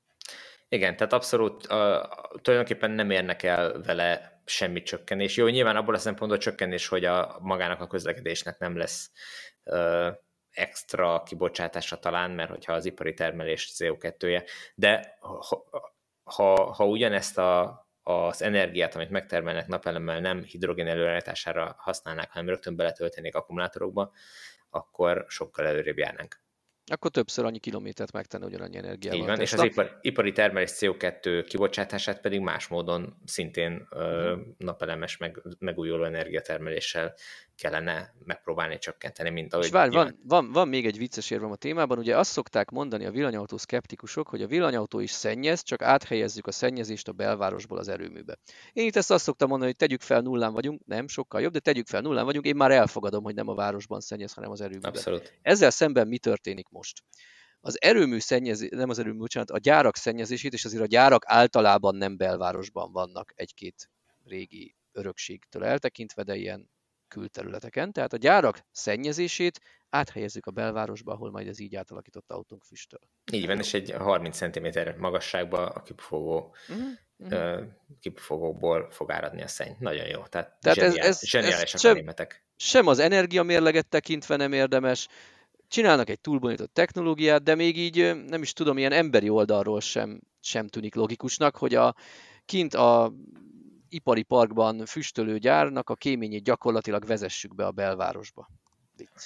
Igen, tehát abszolút uh, tulajdonképpen nem érnek el vele semmi csökkenés. Jó, nyilván abból a szempontból csökkenés, hogy a magának a közlekedésnek nem lesz uh, extra kibocsátása talán, mert hogyha az ipari termelés cé o kettője, de ha, ha, ha ugyanezt a, az energiát, amit megtermelnek napelemmel nem hidrogén előállítására használnák, hanem rögtön beletöltenék akkumulátorokba, akkor sokkal előrébb járnánk. Akkor többször annyi kilométert megtenni ugyanannyi energiával. Így van, és az ipar, ipari termelés cé o kettő kibocsátását pedig más módon szintén uh-huh. napelemes, meg, megújuló energiatermeléssel kellene megpróbálni csökkenteni, mint ahogy... És várj, van, van, van még egy vicces érvem a témában, ugye azt szokták mondani a villanyautó szkeptikusok, hogy a villanyautó is szennyez, csak áthelyezzük a szennyezést a belvárosból az erőműbe. Én itt ezt azt szoktam mondani, hogy tegyük fel nullán vagyunk, nem, sokkal jobb, de tegyük fel nullán vagyunk, én már elfogadom, hogy nem a városban szennyez, hanem az erőműben. Abszolút. Ezzel szemben mi történik most? Az erőmű szennyezés, nem az erőmű, bocsánat, a gyárak szennyezését, és azért a gyárak általában nem belvárosban vannak egy-két régi örökségtől eltekintve, de ilyen külterületeken. Tehát a gyárak szennyezését áthelyezzük a belvárosba, ahol majd ez így átalakított autónk füstöl. Így van, és egy harminc centiméter magasságban a kipufogó, uh-huh, uh-huh. kipufogóból fog áradni a szenny. Nagyon jó. Tehát, Tehát zseniál, ez, ez, zseniálisak ez a németek. Sem az energiamérleget tekintve nem érdemes, csinálnak egy túlbonyolított technológiát, de még így nem is tudom, ilyen emberi oldalról sem, sem tűnik logikusnak, hogy a kint a ipari parkban füstölő gyárnak a kéményét gyakorlatilag vezessük be a belvárosba. Vicc.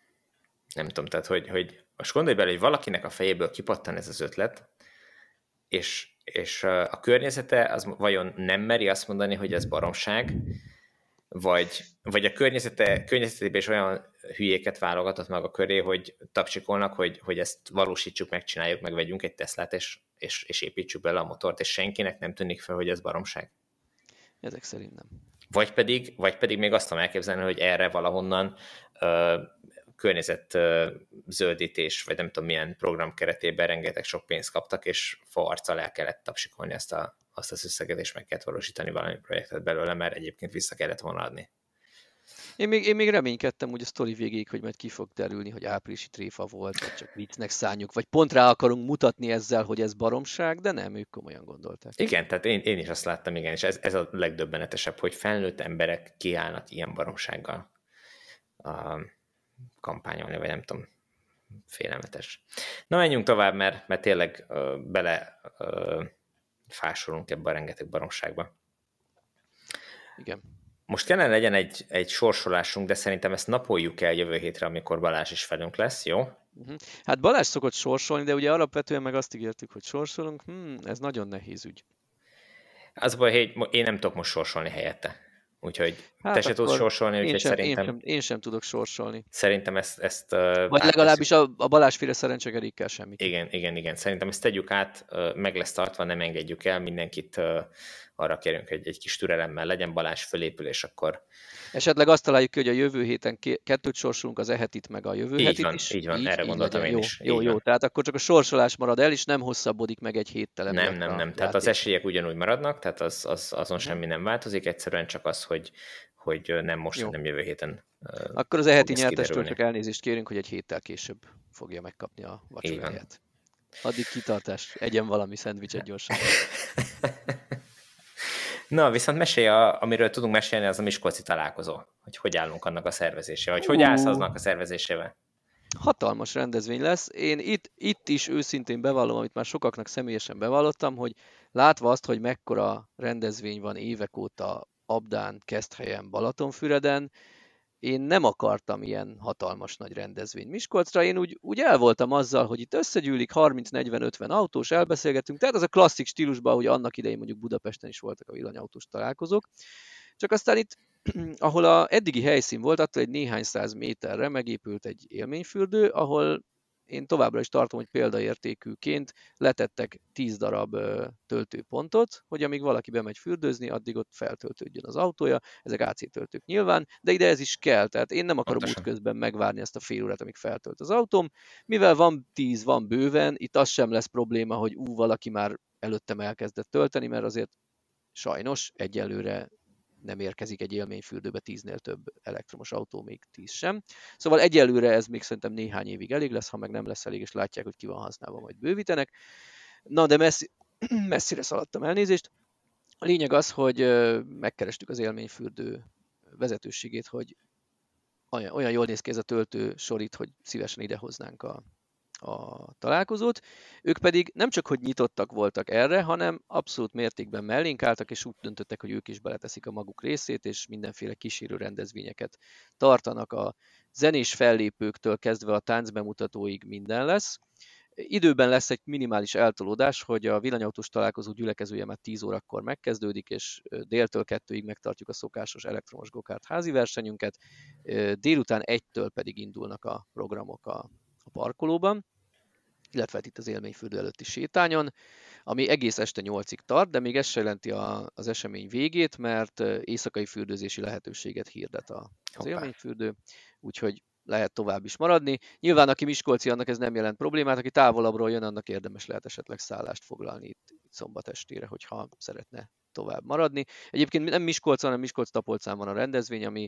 Nem tudom, tehát hogy, hogy most gondolj bele, hogy valakinek a fejéből kipattan ez az ötlet, és, és a környezete az vajon nem meri azt mondani, hogy ez baromság, vagy, vagy a környezete, környezetében is olyan hülyéket válogatott meg a köré, hogy tapsikolnak, hogy, hogy ezt valósítsuk, megcsináljuk, meg vegyünk egy Teslát, és, és, és építsük bele a motort, és senkinek nem tűnik fel, hogy ez baromság. Ezek szerint nem. Vagy pedig, vagy pedig még azt tudom elképzelni, hogy erre valahonnan uh, környezet uh, zöldítés, vagy nem tudom milyen program keretében rengeteg sok pénzt kaptak, és faarccal el kellett tapsikolni azt, a, azt az összeget, és meg kellett valósítani valami projektet belőle, mert egyébként vissza kellett volna adni. Én még, én még reménykedtem úgy a sztori végéig, hogy majd ki fog derülni, hogy áprilisi tréfa volt, vagy csak viccnek szánjuk, vagy pont rá akarunk mutatni ezzel, hogy ez baromság, de nem, ők komolyan gondolták. Igen, tehát én, én is azt láttam, igen, és ez, ez a legdöbbenetesebb, hogy felnőtt emberek kiállnak ilyen baromsággal a kampányolni, vagy nem tudom, félelmetes. Na, menjünk tovább, mert, mert tényleg uh, bele uh, fásolunk ebbe a rengeteg baromságba. Igen. Most kellene legyen egy, egy sorsolásunk, de szerintem ezt napoljuk el jövő hétre, amikor Balázs is velünk lesz, jó? Uh-huh. Hát Balázs szokott sorsolni, de ugye alapvetően meg azt ígértük, hogy sorsolunk. Hmm, ez nagyon nehéz ügy. Az baj, hogy én nem tudok most sorsolni helyette. Úgyhogy hát te se tudsz sorsolni, úgyhogy sem, szerintem... Én sem, én sem tudok sorsolni. Szerintem ezt... ezt Vagy legalábbis a, a Balázsféle szerencsekerékkel semmit. Igen, igen, igen. Szerintem ezt tegyük át, meg lesz tartva, nem engedjük el, mindenkit arra kérünk, hogy egy kis türelemmel legyen. Balázs fölépül, és akkor... Esetleg azt találjuk ki, hogy a jövő héten kettőt sorsolunk, az e-hetit meg a jövő így hetit van, is. Így van, így, erre így gondoltam legyen. én Jó, is. jó, így jó. van. Tehát akkor csak a sorsolás marad el, és nem hosszabbodik meg egy héttel. Nem, nem, nem. Tehát az esélyek ugyanúgy maradnak, tehát az, az, azon uh-huh. semmi nem változik, egyszerűen csak az, hogy, hogy nem most, jó. hanem jövő héten. Akkor az e-heti nyertestől csak elnézést kérünk, hogy egy héttel később fogja megkapni a vacsoráját. Addig kitartás, egyen valami szendvicset gyorsan. Na, viszont mesélj, a, amiről tudunk mesélni, az a miskolci találkozó. Hogy hogy állunk annak a szervezésével, vagy uh. hogy állsz aznak a szervezésével? Hatalmas rendezvény lesz. Én itt, itt is őszintén bevallom, amit már sokaknak személyesen bevallottam, hogy látva azt, hogy mekkora rendezvény van évek óta Abdán, Keszthelyen, Balatonfüreden, én nem akartam ilyen hatalmas nagy rendezvény Miskolcra, én úgy, úgy el voltam azzal, hogy itt összegyűlik harminc negyven ötven autós, elbeszélgetünk, tehát az a klasszik stílusban, hogy annak idején mondjuk Budapesten is voltak a villanyautós találkozók, csak aztán itt, ahol a eddigi helyszín volt, attól egy néhány száz méterre megépült egy élményfürdő, ahol én továbbra is tartom, hogy példaértékűként letettek tíz darab töltőpontot, hogy amíg valaki bemegy fürdőzni, addig ott feltöltődjön az autója, ezek á cé töltők nyilván, de ide ez is kell, tehát én nem akarom útközben megvárni ezt a fél órát, amíg feltölt az autóm, mivel van tíz, van bőven, itt az sem lesz probléma, hogy ú, valaki már előttem elkezdett tölteni, mert azért sajnos egyelőre nem érkezik egy élményfürdőbe tíznél több elektromos autó, még tíz sem. Szóval egyelőre ez még szerintem néhány évig elég lesz, ha meg nem lesz elég, és látják, hogy ki van használva, majd bővítenek. Na, de messzi, messzire szaladtam, elnézést. A lényeg az, hogy megkerestük az élményfürdő vezetőségét, hogy olyan, olyan jól néz ki ez a töltő sor itt, hogy szívesen idehoznánk a a találkozót. Ők pedig nem csak, hogy nyitottak voltak erre, hanem abszolút mértékben mellénk álltak, és úgy döntöttek, hogy ők is beleteszik a maguk részét, és mindenféle kísérő rendezvényeket tartanak. A zenés fellépőktől kezdve a táncbemutatóig minden lesz. Időben lesz egy minimális eltolódás, hogy a villanyautós találkozó gyülekezője már tíz órakor megkezdődik, és déltől kettőig megtartjuk a szokásos elektromos gokárt házi versenyünket, délután egytől pedig indulnak a programok a a parkolóban, illetve itt az élményfürdő előtti sétányon, ami egész este nyolcig tart, de még ez se jelenti a, az esemény végét, mert éjszakai fürdőzési lehetőséget hirdet a, az élményfürdő, úgyhogy lehet tovább is maradni. Nyilván, aki miskolci, annak ez nem jelent problémát, aki távolabbról jön, annak érdemes lehet esetleg szállást foglalni itt, itt szombat estére, hogyha szeretne tovább maradni. Egyébként nem Miskolcon, hanem Miskolc-Tapolcán van a rendezvény, ami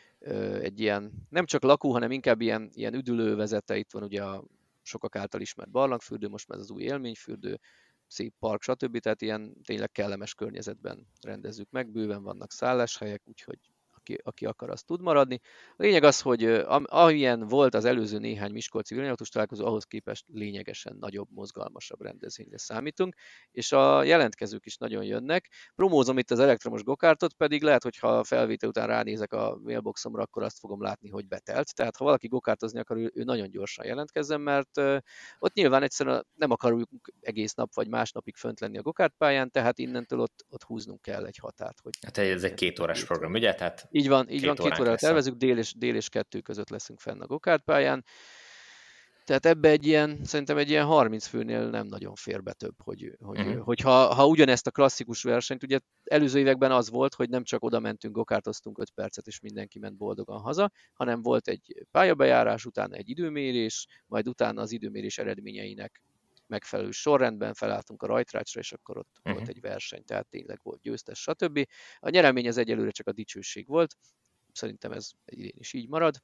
egy ilyen, nem csak lakó, hanem inkább ilyen, ilyen üdülővezete, itt van ugye a sokak által ismert barlangfürdő, most már az új élményfürdő, szép park, stb. Tehát ilyen tényleg kellemes környezetben rendezzük meg, bőven vannak szálláshelyek, úgyhogy aki, aki akar, az tud maradni. A lényeg az, hogy amilyen volt az előző néhány miskolci villanyautós találkozó, ahhoz képest lényegesen nagyobb, mozgalmasabb rendezvényre számítunk, és a jelentkezők is nagyon jönnek. Promózom itt az elektromos gokártot, pedig lehet, hogy ha a felvétel után ránézek a mailboxomra, akkor azt fogom látni, hogy betelt. Tehát ha valaki gokártozni akar, ő, ő nagyon gyorsan jelentkezzen, mert uh, ott nyilván egyszerűen nem akarjuk egész nap vagy másnapig fönt lenni a gokártpályán, tehát innentől ott, ott húznunk kell egy határt. Hogy hát ez egy két órás program, ugye? Tehát így van, így két van, két órára tervezünk, dél és, dél és kettő között leszünk fenn a gokártpályán. Tehát ebbe egy ilyen, szerintem egy ilyen harminc főnél nem nagyon fér be több, hogy, hogy, uh-huh. hogy ha, ha ugyanezt a klasszikus versenyt, ugye előző években az volt, hogy nem csak oda mentünk, gokártoztunk öt percet, és mindenki ment boldogan haza, hanem volt egy pályabejárás, utána egy időmérés, majd utána az időmérés eredményeinek megfelelő sorrendben felálltunk a rajtrácsra, és akkor ott uh-huh. volt egy verseny, tehát tényleg volt győztes, stb. A nyeremény az egyelőre csak a dicsőség volt, szerintem ez idén is így marad,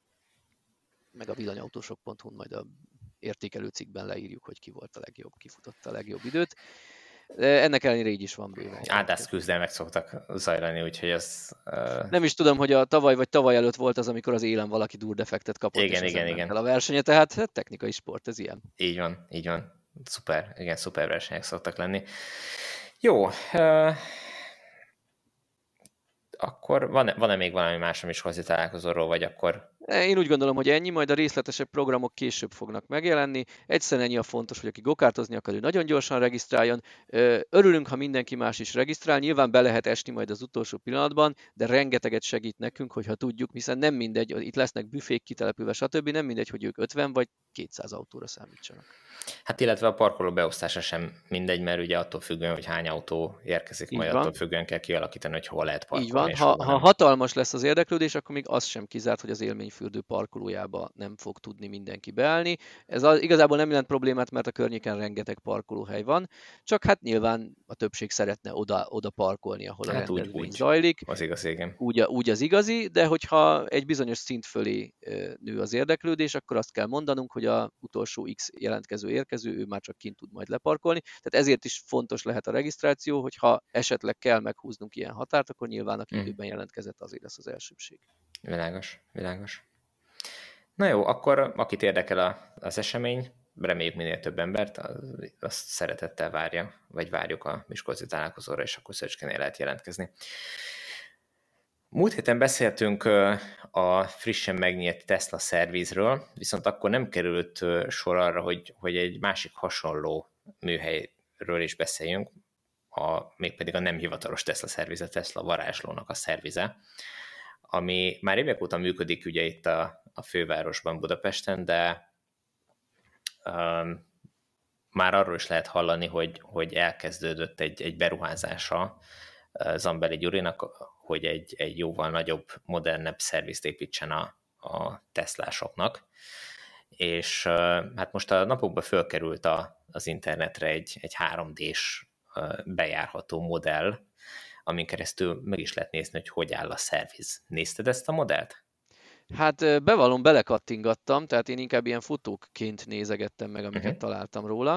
meg a villanyautósok pont hu-n majd a értékelő cikkben leírjuk, hogy ki volt a legjobb, ki futott a legjobb időt. De ennek ellenére így is van bőven. Ádász küzdelmek szoktak zajlani, úgyhogy az... Uh... Nem is tudom, hogy a tavaly vagy tavaly előtt volt az, amikor az élen valaki durdefektet kapott, igen, és igen, igen. el a versenye, tehát hát, technikai sport, ez ilyen. Így van, így van. Szuper, igen, szuper versenyek szoktak lenni. Jó, uh... akkor van-e, van-e még valami más a miskolci találkozóról, vagy akkor Én úgy gondolom, hogy ennyi, majd a részletesebb programok később fognak megjelenni. Egyszerűen ennyi a fontos, hogy aki gokártozni akar, ő nagyon gyorsan regisztráljon. Örülünk, ha mindenki más is regisztrál. Nyilván be lehet esni majd az utolsó pillanatban, de rengeteget segít nekünk, hogyha tudjuk, hiszen nem mindegy, itt lesznek büfék kitelepülve, stb. Nem mindegy, hogy ők ötven vagy kétszáz autóra számítsanak. Hát illetve a parkoló beosztása sem mindegy, mert ugye attól függően, hogy hány autó érkezik, Így majd van. attól függően kell kialakítani, hogy hol lehet parkolni. Így van, és ha, hova ha nem. hatalmas lesz az érdeklődés, akkor még az sem kizárt, hogy az élményfürdő parkolójába nem fog tudni mindenki beállni. Ez az, igazából nem jelent problémát, mert a környéken rengeteg parkolóhely van, csak hát nyilván a többség szeretne oda, oda parkolni, ahol a Hát úgy, rendezvény úgy. zajlik. Az igaz, igen. Úgy, úgy az igazi, de hogyha egy bizonyos szint fölé nő az érdeklődés, akkor azt kell mondanunk, hogy a utolsó X jelentkező érkező, ő már csak kint tud majd leparkolni. Tehát ezért is fontos lehet a regisztráció, hogyha esetleg kell meghúznunk ilyen határt, akkor nyilván aki Hmm. időben jelentkezett, azért lesz az elsőbség. Világos, világos. Na jó, akkor akit érdekel a, az esemény, reméljük minél több embert, az, azt szeretettel várja, vagy várjuk a Miskolci találkozóra, és akkor Szöcskénél lehet jelentkezni. Múlt héten beszéltünk a frissen megnyílt Tesla szervizről, viszont akkor nem került sor arra, hogy, hogy egy másik hasonló műhelyről is beszéljünk, a, mégpedig a nem hivatalos Tesla szerviz, a Tesla varázslónak a szervize, ami már évek óta működik ugye itt a, a fővárosban, Budapesten, de um, már arról is lehet hallani, hogy, hogy elkezdődött egy, egy beruházása Zambeli Gyurinak, hogy egy, egy jóval nagyobb, modernebb szervizt építsen a, a Teslásoknak. És hát most a napokban fölkerült a, az internetre egy, egy három dés bejárható modell, amin keresztül meg is lehet nézni, hogy hogy áll a szerviz. Nézted ezt a modellt? Hát bevallom, belekattingattam, tehát én inkább ilyen fotókként nézegettem meg, amiket uh-huh. találtam róla,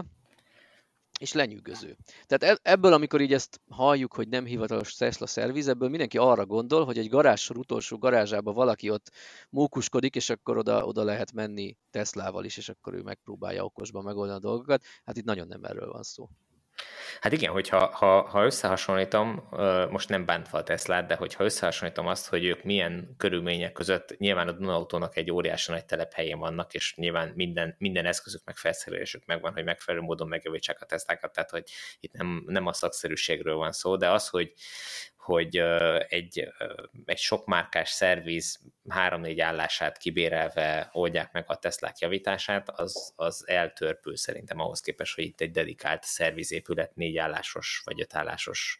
és lenyűgöző. Tehát ebből, amikor így ezt halljuk, hogy nem hivatalos Tesla szerviz, ebből mindenki arra gondol, hogy egy garázsor utolsó garázsába valaki ott mókuskodik, és akkor oda, oda lehet menni Teslával is, és akkor ő megpróbálja okosban megoldani a dolgokat. Hát itt nagyon nem erről van szó. Hát igen, hogyha ha, ha összehasonlítom, most nem bántva a Teslát, de hogyha összehasonlítom azt, hogy ők milyen körülmények között, nyilván a Dunaautónak egy óriási nagy telephelyén vannak, és nyilván minden, minden eszközük meg felszerelésük megvan, hogy megfelelő módon megjavítsák a Teslákat, tehát hogy itt nem, nem a szakszerűségről van szó, de az, hogy hogy egy, egy sokmárkás szerviz három-négy állását kibérelve oldják meg a Teslák javítását, az, az eltörpül szerintem ahhoz képest, hogy itt egy dedikált szervizépület négy állásos vagy öt állásos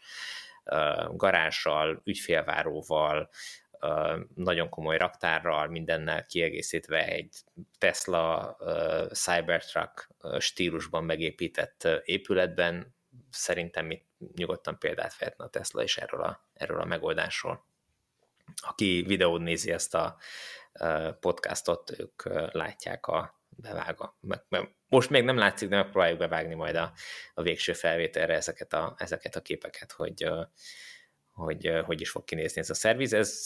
garázsal, ügyfélváróval, nagyon komoly raktárral, mindennel kiegészítve egy Tesla Cybertruck stílusban megépített épületben, szerintem itt nyugodtan példát vehetne a Tesla is erről a, erről a megoldásról. Aki videón nézi ezt a podcastot, ők látják a bevága. Most még nem látszik, de megpróbáljuk bevágni majd a, a végső felvételre ezeket a, ezeket a képeket, hogy, hogy hogy is fog kinézni ez a szerviz. Ez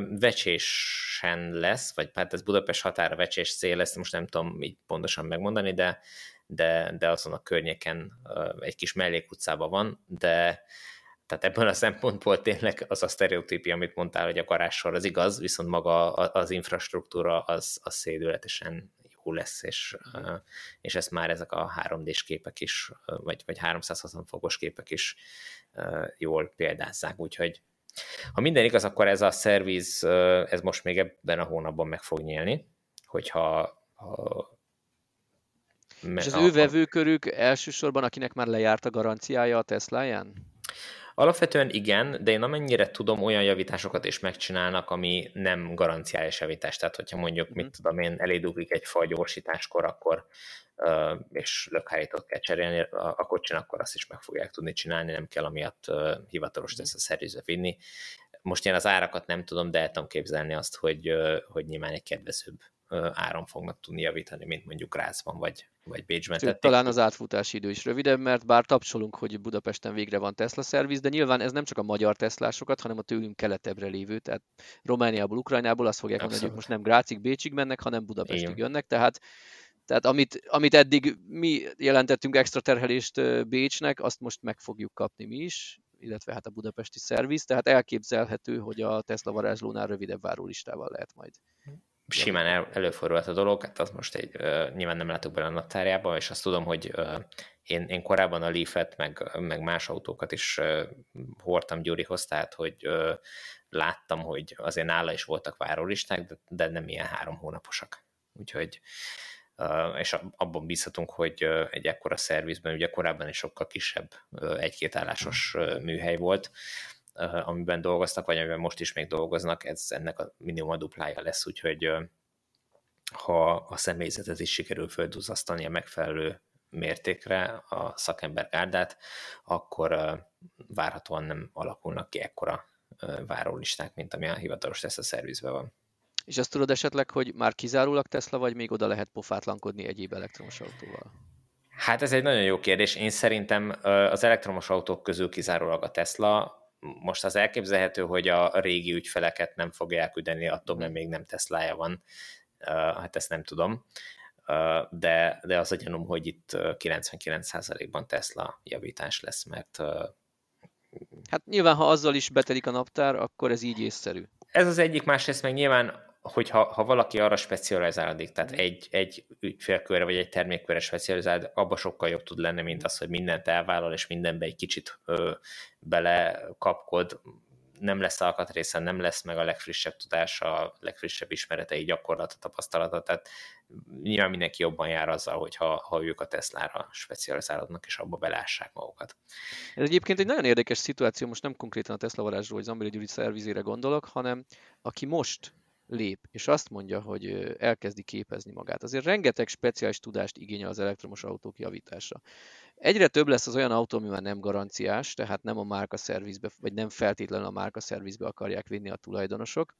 Vecsésen lesz, vagy hát ez Budapest határa Vecsés cél lesz, most nem tudom így pontosan megmondani, de de, de azon a környéken egy kis mellékutcában van, de tehát ebből a szempontból tényleg az a sztereotípia, amit mondtál, hogy a garázssor az igaz, viszont maga az infrastruktúra az, az szédületesen jó lesz, és, és ezt már ezek a három dés képek is, vagy, vagy háromszázhatvan fokos képek is jól példázzák, úgyhogy ha minden igaz, akkor ez a szerviz, ez most még ebben a hónapban meg fog nyílni, hogyha ha és az a, ő vevőkörük elsősorban, akinek már lejárt a garanciája a Tesláján? Alapvetően igen, de én amennyire tudom, olyan javításokat is megcsinálnak, ami nem garanciális javítás. Tehát, hogyha mondjuk, mm. mit tudom én, eléduglik egy fal gyorsításkor, akkor uh, és lökhárítót kell cserélni a, a kocsin, akkor azt is meg fogják tudni csinálni, nem kell amiatt uh, hivatalos Tesla szervizbe vinni. Most én az árakat nem tudom, de el tudom képzelni azt, hogy, uh, hogy nyilván egy kedvezőbb áron fognak tudni javítani, mint mondjuk Grazban vagy, vagy Bécsben. Sőt, talán az átfutási idő is rövidebb, mert bár tapsolunk, hogy Budapesten végre van Tesla szerviz, de nyilván ez nem csak a magyar Teslásokat, hanem a tőlünk keletebbre lévő, tehát Romániából, Ukrajnából azt fogják mondani, hogy most nem Grácig, Bécsig mennek, hanem Budapestig Igen. jönnek, tehát Tehát amit, amit eddig mi jelentettünk extra terhelést Bécsnek, azt most meg fogjuk kapni mi is, illetve hát a budapesti szerviz, tehát elképzelhető, hogy a Tesla varázslónál rövidebb várólistával lehet majd simán el, előfordulhat a dolog, hát az most egy, uh, nyilván nem látok bele a naptárjába, és azt tudom, hogy uh, én, én korábban a Leaf-et, meg, meg más autókat is uh, hordtam Gyurihoz, tehát hogy uh, láttam, hogy azért nála is voltak várólisták, de, de nem ilyen három hónaposak. Úgyhogy Uh, és abban bízhatunk, hogy uh, egy ekkora szervizben, ugye korábban is sokkal kisebb uh, egy-két állásos uh, műhely volt, uh, amiben dolgoztak, vagy amiben most is még dolgoznak, ez ennek a minimum a duplája lesz, úgyhogy uh, ha a személyzetet is sikerül földuzasztani a megfelelő mértékre, a szakembergárdát, akkor uh, várhatóan nem alakulnak ki ekkora uh, várólisták, mint ami a hivatalos Tesla szervizben van. És azt tudod esetleg, hogy már kizárólag Tesla, vagy még oda lehet pofátlankodni egyéb elektromos autóval? Hát ez egy nagyon jó kérdés. Én szerintem az elektromos autók közül kizárólag a Tesla. Most az elképzelhető, hogy a régi ügyfeleket nem fogja elküldeni, attól, mert még nem Teslája van. Hát ezt nem tudom. De, de az a gyanúm, hogy itt kilencvenkilenc százalékban Tesla javítás lesz, mert... Hát nyilván, ha azzal is betelik a naptár, akkor ez így észszerű. Ez az egyik, másrészt meg nyilván, hogyha ha valaki arra specializálódik, tehát egy, egy ügyfélkörre vagy egy termékkörre specializál, abba sokkal jobb tud lenni, mint az, hogy mindent elvállal, és mindenbe egy kicsit ö, belekapkod, nem lesz alkatrészen, nem lesz meg a legfrissebb tudása, a legfrissebb ismeretei, gyakorlata, tapasztalata, tehát nyilván mindenki jobban jár azzal, hogyha ha ők a Teslára specializálódnak, és abba belássák magukat. Ez egyébként egy nagyon érdekes szituáció, most nem konkrétan a Tesla varázsról, vagy Zambéli Gyuri szervizére gondolok, hanem aki most lép, és azt mondja, hogy elkezdi képezni magát. Azért rengeteg speciális tudást igényel az elektromos autók javítása. Egyre több lesz az olyan autó, ami már nem garanciás, tehát nem a márka szervizbe, vagy nem feltétlenül a márka szervizbe akarják vinni a tulajdonosok,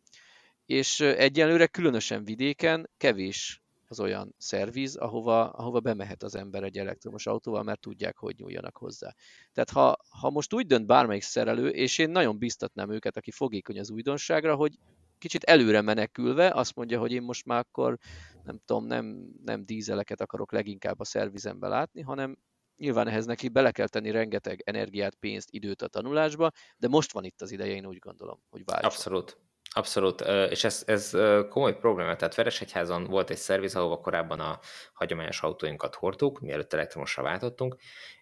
és egyelőre különösen vidéken kevés az olyan szerviz, ahova, ahova bemehet az ember egy elektromos autóval, mert tudják, hogy nyúljanak hozzá. Tehát ha, ha most úgy dönt bármelyik szerelő, és én nagyon biztatnám őket, aki fogékony az újdonságra, hogy kicsit előre menekülve azt mondja, hogy én most már akkor nem tudom, nem, nem dízeleket akarok leginkább a szervizembe látni, hanem nyilván ehhez neki bele kell tenni rengeteg energiát, pénzt, időt a tanulásba, de most van itt az ideje, én úgy gondolom, hogy váltson. Abszolút. Abszolút, és ez, ez komoly probléma, tehát Veresegyházon volt egy szerviz, ahova korábban a hagyományos autóinkat hordtuk, mielőtt elektromosra váltottunk,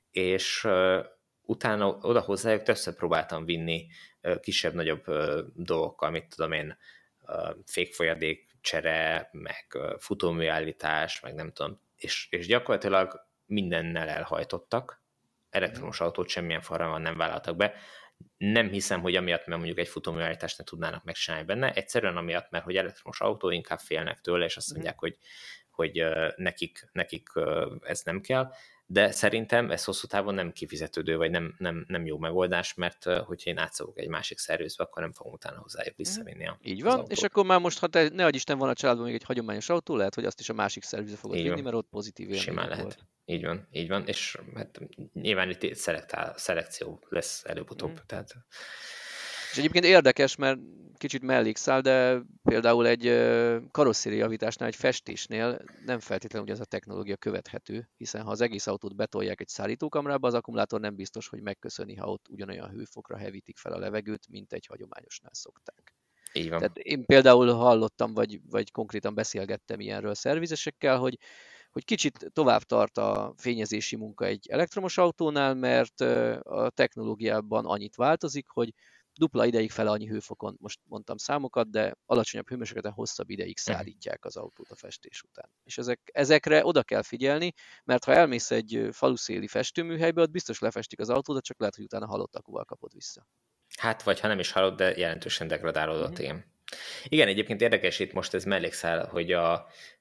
és utána oda hozzájuk többször próbáltam vinni kisebb-nagyobb dolgokkal, mit tudom én, fékfolyadék csere, meg futóműállítás, meg nem tudom, és, és gyakorlatilag mindennel elhajtottak, elektromos autót semmilyen formában nem vállaltak be. Nem hiszem, hogy amiatt, mert mondjuk egy futóműállítást ne tudnának megcsinálni benne, egyszerűen amiatt, mert hogy elektromos autó, inkább félnek tőle, és azt mondják, hogy, hogy nekik, nekik ez nem kell, de szerintem ez hosszú távon nem kifizetődő, vagy nem, nem, nem jó megoldás, mert hogyha én átszokok egy másik szervizbe, akkor nem fogom utána hozzájuk visszavinni a Így van, és akkor már most, ha te, ne adj Isten, van a családban még egy hagyományos autó, lehet, hogy azt is a másik szervizbe fogod így vinni, van. Mert ott pozitív élmény simán lehet. Volt. Így van, így van, és hát nyilván itt szelektál, szelekció lesz előbb-utóbb. Mm. Tehát... És egyébként érdekes, mert kicsit mellékszál, de például egy karosszéri javításnál, egy festésnél nem feltétlenül ugyanaz a technológia követhető, hiszen ha az egész autót betolják egy szállítókamrába, az akkumulátor nem biztos, hogy megköszöni, ha ott ugyanolyan hőfokra hevítik fel a levegőt, mint egy hagyományosnál szokták. Így van. Tehát én például hallottam, vagy, vagy konkrétan beszélgettem ilyenről szervizesekkel, hogy hogy kicsit tovább tart a fényezési munka egy elektromos autónál, mert a technológiában annyit változik, hogy dupla ideig fele annyi hőfokon, most mondtam számokat, de alacsonyabb hőmérsékleten hosszabb ideig szállítják az autót a festés után. És ezek, ezekre oda kell figyelni, mert ha elmész egy faluszéli festőműhelybe, ott biztos lefestik az autót, csak lehet, hogy utána halott akkuval kapod vissza. Hát, vagy ha nem is halott, de jelentősen degradálódott, mm-hmm. igen. Igen, egyébként érdekes itt most ez mellékszál, hogy a,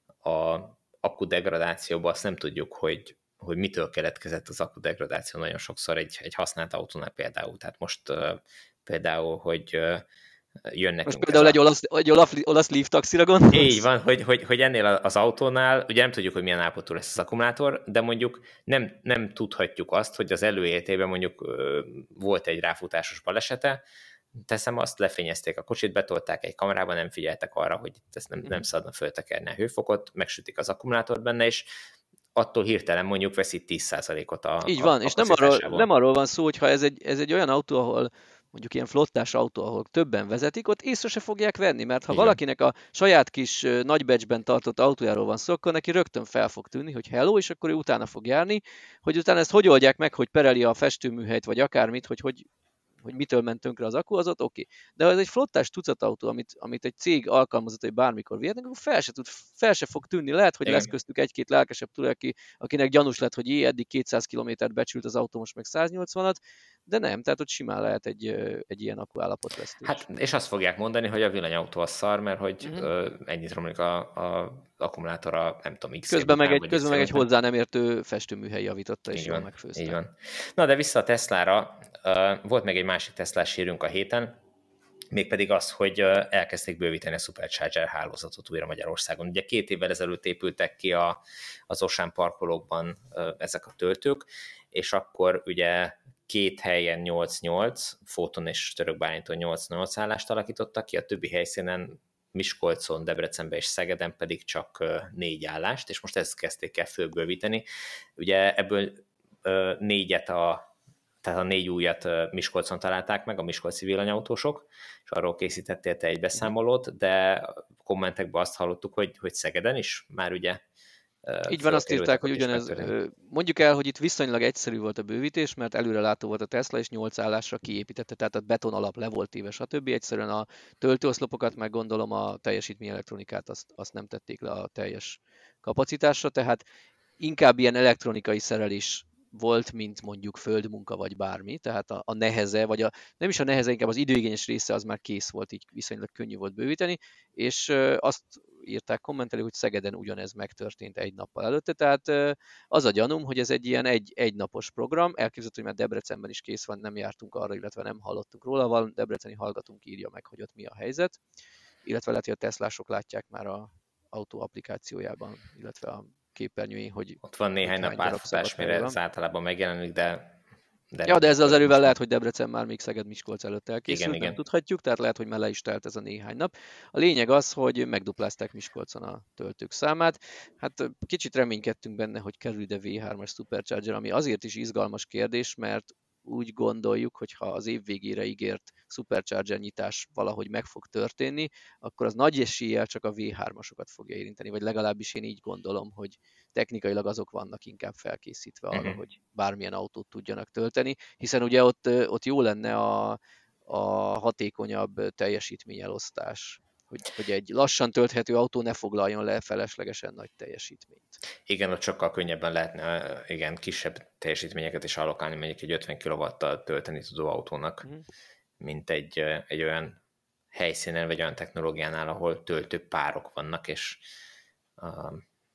a akku degradációban azt nem tudjuk, hogy, hogy mitől keletkezett az akku degradáció nagyon sokszor egy, egy használt autónál például. Tehát most uh, például, hogy uh, jönnek... Most például egy, a... olasz, egy olasz, olasz Leaf taxira gondolsz? Így van, hogy, hogy, hogy ennél az autónál, ugye nem tudjuk, hogy milyen állapotú lesz az akkumulátor, de mondjuk nem, nem tudhatjuk azt, hogy az előéletében mondjuk uh, volt egy ráfutásos balesete, teszem azt, lefényezték a kocsit, betolták egy kamerába, nem figyeltek arra, hogy ezt nem, nem szabadna föltekerni a hőfokot, megsütik az akkumulátort benne, és attól hirtelen mondjuk veszít tíz százalékot a Így van, a, és nem arról, nem arról van szó, hogyha ez egy, ez egy olyan autó, ahol mondjuk ilyen flottás autó, ahol többen vezetik, ott észre se fogják venni, mert ha Igen. valakinek a saját kis nagybecsben tartott autójáról van szó, akkor neki rögtön fel fog tűnni, hogy hello, és akkor ő utána fog járni, hogy utána ezt hogy oldják meg, hogy pereli a festőműhelyt, vagy akármit, hogy hogy hogy mitől ment tönkre az akku, az ott oké. Okay. De ha ez egy flottás tucatautó, amit, amit egy cég alkalmazott, hogy bármikor vihetnek, akkor fel se, tud, fel se fog tűnni. Lehet, hogy Igen. lesz köztük egy-két lelkesebb túl, aki, akinek gyanús lett, hogy jé, eddig kétszáz kilométert becsült az autó, most meg száznyolcvanat, de nem, tehát ott simán lehet egy, egy ilyen akku állapotvesztés. Hát, és azt fogják mondani, hogy a villanyautó az szar, mert hogy uh-huh. ennyit romlik a, a akkumulátora, nem tudom, x Közben meg egy, közben meg egy hozzá nem értő festőműhely javította, és jól megfőzte. Így van. Na, de vissza a Teslára, volt még egy másik Teslás hírünk a héten, mégpedig az, hogy elkezdték bővíteni a Supercharger hálózatot újra Magyarországon. Ugye két évvel ezelőtt épültek ki a, az Ocean parkolókban ezek a töltők, és akkor ugye két helyen nyolc nyolc, Fóton és Törökbálintón nyolc nyolc állást alakítottak ki, a többi helyszínen, Miskolcon, Debrecenben és Szegeden pedig csak négy állást, és most ezt kezdték el fölbővíteni. Ugye ebből négyet a tehát a négy újat Miskolcon találták meg, a miskolci villanyautósok, és arról készítettél te egy beszámolót, de kommentekben azt hallottuk, hogy, hogy Szegeden is már ugye így van, azt írták, hogy ugyanez, mondjuk el, hogy itt viszonylag egyszerű volt a bővítés, mert előrelátó volt a Tesla, és nyolc állásra kiépítette, tehát a beton alap le volt téve, stb. Egyszerűen a töltőoszlopokat, meg gondolom a teljesítményelektronikát, azt, azt nem tették le a teljes kapacitásra, tehát inkább ilyen elektronikai szerelés volt, mint mondjuk földmunka vagy bármi, tehát a, a neheze, vagy a, nem is a neheze, inkább az időigényes része az már kész volt, így viszonylag könnyű volt bővíteni, és azt írták kommentelni, hogy Szegeden ugyanez megtörtént egy nappal előtte, tehát az a gyanúm, hogy ez egy ilyen egy, egynapos program, elképzelhető, hogy már Debrecenben is kész van, nem jártunk arra, illetve nem hallottunk róla, van debreceni hallgatónk írja meg, hogy ott mi a helyzet, illetve lehet, hogy a Teslások látják már a autó applikációjában, illetve a képernyőjén, hogy ott van néhány nap átfutás, mire ez általában megjelenik, de... de ja, de ezzel az erővel lehet, hogy Debrecen már még Szeged-Miskolc előtt elkészült, igen, nem igen. tudhatjuk, tehát lehet, hogy már le is telt ez a néhány nap. A lényeg az, hogy megduplázták Miskolcon a töltők számát. Hát kicsit reménykedtünk benne, hogy kerül ide vé hármas Supercharger, ami azért is izgalmas kérdés, mert úgy gondoljuk, hogy ha az év végére ígért Supercharger nyitás valahogy meg fog történni, akkor az nagy eséllyel csak a vé hármasokat fogja érinteni, vagy legalábbis én így gondolom, hogy technikailag azok vannak inkább felkészítve arra, uh-huh. hogy bármilyen autót tudjanak tölteni, hiszen ugye ott, ott jó lenne a, a hatékonyabb teljesítményelosztás, hogy, hogy egy lassan tölthető autó ne foglaljon le feleslegesen nagy teljesítményt. Igen, ott sokkal könnyebben lehetne igen, kisebb teljesítményeket is allokálni, mondjuk egy ötven kilowatttal tölteni tudó autónak, uh-huh. mint egy, egy olyan helyszínen, vagy olyan technológiánál, ahol töltő párok vannak, és uh,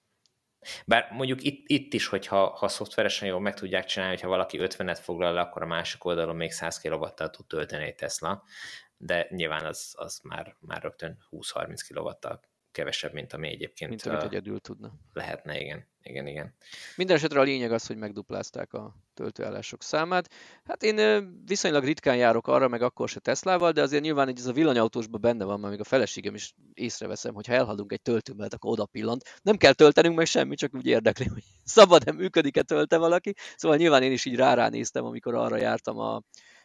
bár mondjuk itt, itt is, hogyha ha szoftveresen jól meg tudják csinálni, hogyha valaki ötvenet foglal le, akkor a másik oldalon még száz kilowattal tud tölteni egy Tesla, de nyilván az, az már, már rögtön húsz-harminc kilowattal kevesebb, mint ami egyébként mint amit egyedül tudna. Lehetne, igen. igen, igen. Minden esetre a lényeg az, hogy megduplázták a töltőállások számát. Hát én viszonylag ritkán járok arra, meg akkor se Teslával, de azért nyilván ez a villanyautósban benne van, mert még a feleségem is észreveszem, hogy ha elhaladunk egy töltőmellett, akkor oda pillant. Nem kell töltenünk meg semmi, csak úgy érdekli, hogy szabad-e, működik-e tölte valaki. Szóval nyilván én is így rá néztem, amikor arra jártam a,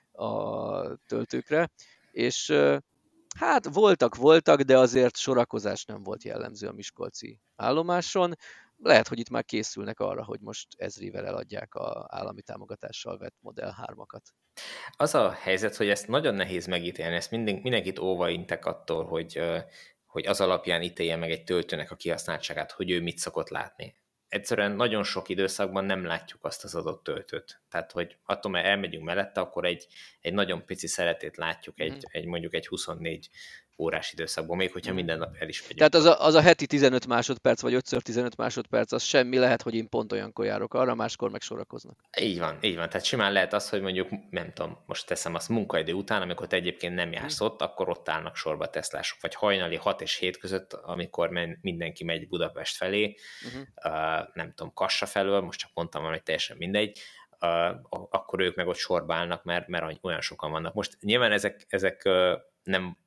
a töltőkre. És hát voltak, voltak, de azért sorakozás nem volt jellemző a miskolci állomáson. Lehet, hogy itt már készülnek arra, hogy most ezrével eladják az állami támogatással vett Model hármakat. Az a helyzet, hogy ezt nagyon nehéz megítélni, ezt minden, mindenkit óva intek attól, hogy, hogy az alapján ítélje meg egy töltőnek a kihasználtságát, hogy ő mit szokott látni. Egyszerűen nagyon sok időszakban nem látjuk azt az adott töltőt. Tehát, hogy attól, mert elmegyünk mellette, akkor egy, egy nagyon pici szeretét látjuk, egy, mm. egy mondjuk egy huszonnégy órás időszakban, még hogyha minden nap el is megyünk. Tehát az a, az a heti tizenöt másodperc, vagy ötször tizenöt másodperc, az semmi, lehet, hogy én pont olyankor járok arra, máskor meg sorakoznak. Így van, így van. Tehát simán lehet az, hogy mondjuk, nem tudom, most teszem azt munkaidő után, amikor te egyébként nem jársz mm. ott, akkor ott állnak sorba Teslások, vagy hajnali hat és hét között, amikor mindenki megy Budapest felé, mm-hmm. uh, nem tudom, Kassa felől, most csak mondtam, hogy teljesen mindegy, uh, akkor ők meg ott sorba állnak, mert, mert olyan sokan vannak. Most nyilván ezek, ezek uh, nem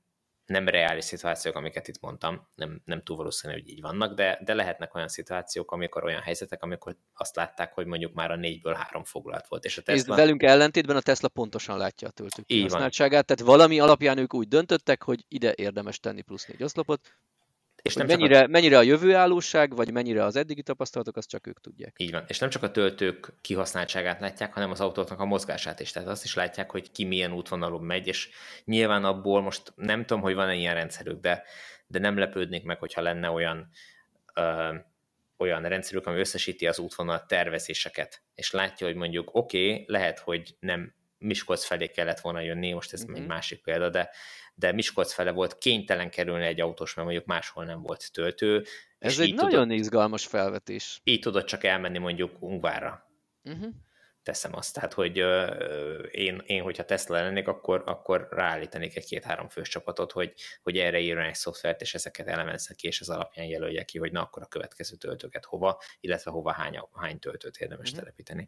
nem reális szituációk, amiket itt mondtam, nem, nem túl valószínű, hogy így vannak, de, de lehetnek olyan szituációk, amikor olyan helyzetek, amikor azt látták, hogy mondjuk már a négyből három foglalt volt, és a Nézd, Tesla... velünk ellentétben a Tesla pontosan látja a töltők Így van. kihasználtságát, tehát valami alapján ők úgy döntöttek, hogy ide érdemes tenni plusz négy oszlopot, és hogy mennyire, a... mennyire a jövőállóság, vagy mennyire az eddigi tapasztalatok, azt csak ők tudják. Így van, és nem csak a töltők kihasználtságát látják, hanem az autóknak a mozgását is, tehát azt is látják, hogy ki milyen útvonalon megy, és nyilván abból most nem tudom, hogy van-e ilyen rendszerük, de, de nem lepődnék meg, hogyha lenne olyan ö, olyan rendszerük, ami összesíti az útvonal tervezéseket, és látja, hogy mondjuk oké, okay, lehet, hogy nem Miskolc felé kellett volna jönni, most ez mm-hmm. egy másik példa, de, de Miskolc fele volt kénytelen kerülni egy autós, mert mondjuk máshol nem volt töltő. Ez egy nagyon tudod, izgalmas felvetés. Így tudod csak elmenni mondjuk Ungvárra. Uh-huh. Teszem azt. Tehát, hogy euh, én, én, hogyha Tesla lennék, akkor, akkor ráállítanék egy két-három fős csapatot, hogy, hogy erre írjon egy szoftvert, és ezeket elemezze ki, és az alapján jelölje ki, hogy na akkor a következő töltőket hova, illetve hova hány, hány töltőt érdemes uh-huh. telepíteni.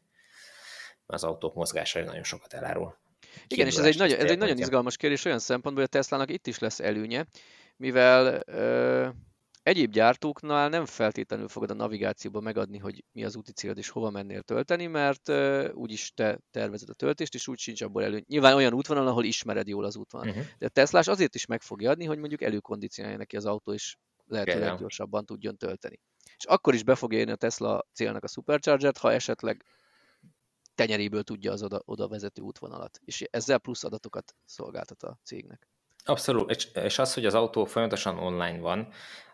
Az autók mozgása nagyon sokat elárul. Igen, és ez egy, nagyon, ez egy nagyon izgalmas kérdés olyan szempontból, hogy a Teslának itt is lesz előnye, mivel ö, egyéb gyártóknál nem feltétlenül fogod a navigációba megadni, hogy mi az úti célod és hova mennél tölteni, mert ö, úgyis te tervezed a töltést, és úgy sincs abból előny. Nyilván olyan útvonal, ahol ismered jól az útvonalat. Uh-huh. De a Teslás azért is meg fogja adni, hogy mondjuk előkondicionálja neki az autó, és lehetőleg gyorsabban tudjon tölteni. És akkor is be fogja érni a Tesla célnak a Superchargert, ha esetleg tenyeréből tudja az oda, oda vezető útvonalat. És ezzel plusz adatokat szolgáltat a cégnek. Abszolút, és, és az, hogy az autó folyamatosan online van,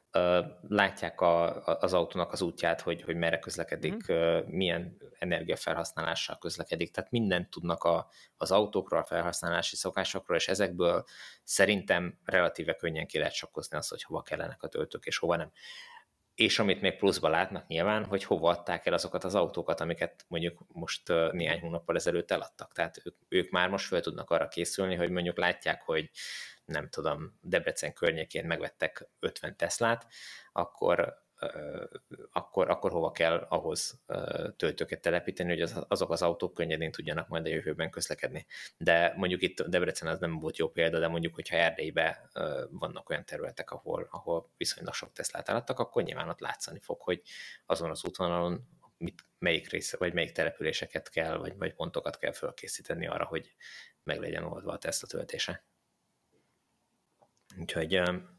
látják a, az autónak az útját, hogy, hogy merre közlekedik, mm. milyen energiafelhasználással közlekedik, tehát mindent tudnak a, az autókról, a felhasználási szokásokról, és ezekből szerintem relatíve könnyen ki lehet sakkozni azt, hogy hova kellenek a töltők, és hova nem. És amit még pluszban látnak nyilván, hogy hova adták el azokat az autókat, amiket mondjuk most néhány hónappal ezelőtt eladtak. Tehát ők, ők már most fel tudnak arra készülni, hogy mondjuk látják, hogy nem tudom, Debrecen környékén megvettek ötven Teslát, akkor, akkor, akkor hova kell ahhoz töltőket telepíteni, hogy az, azok az autók könnyedén tudjanak majd a jövőben közlekedni. De mondjuk itt Debrecen az nem volt jó példa, de mondjuk, hogyha Erdélyben vannak olyan területek, ahol, ahol viszonylag sok Teslát eladtak, akkor nyilván ott látszani fog, hogy azon az útvonalon mit, melyik része, vagy melyik településeket kell, vagy, vagy pontokat kell felkészíteni arra, hogy meg legyen oldva a Tesla töltése. Úgyhogy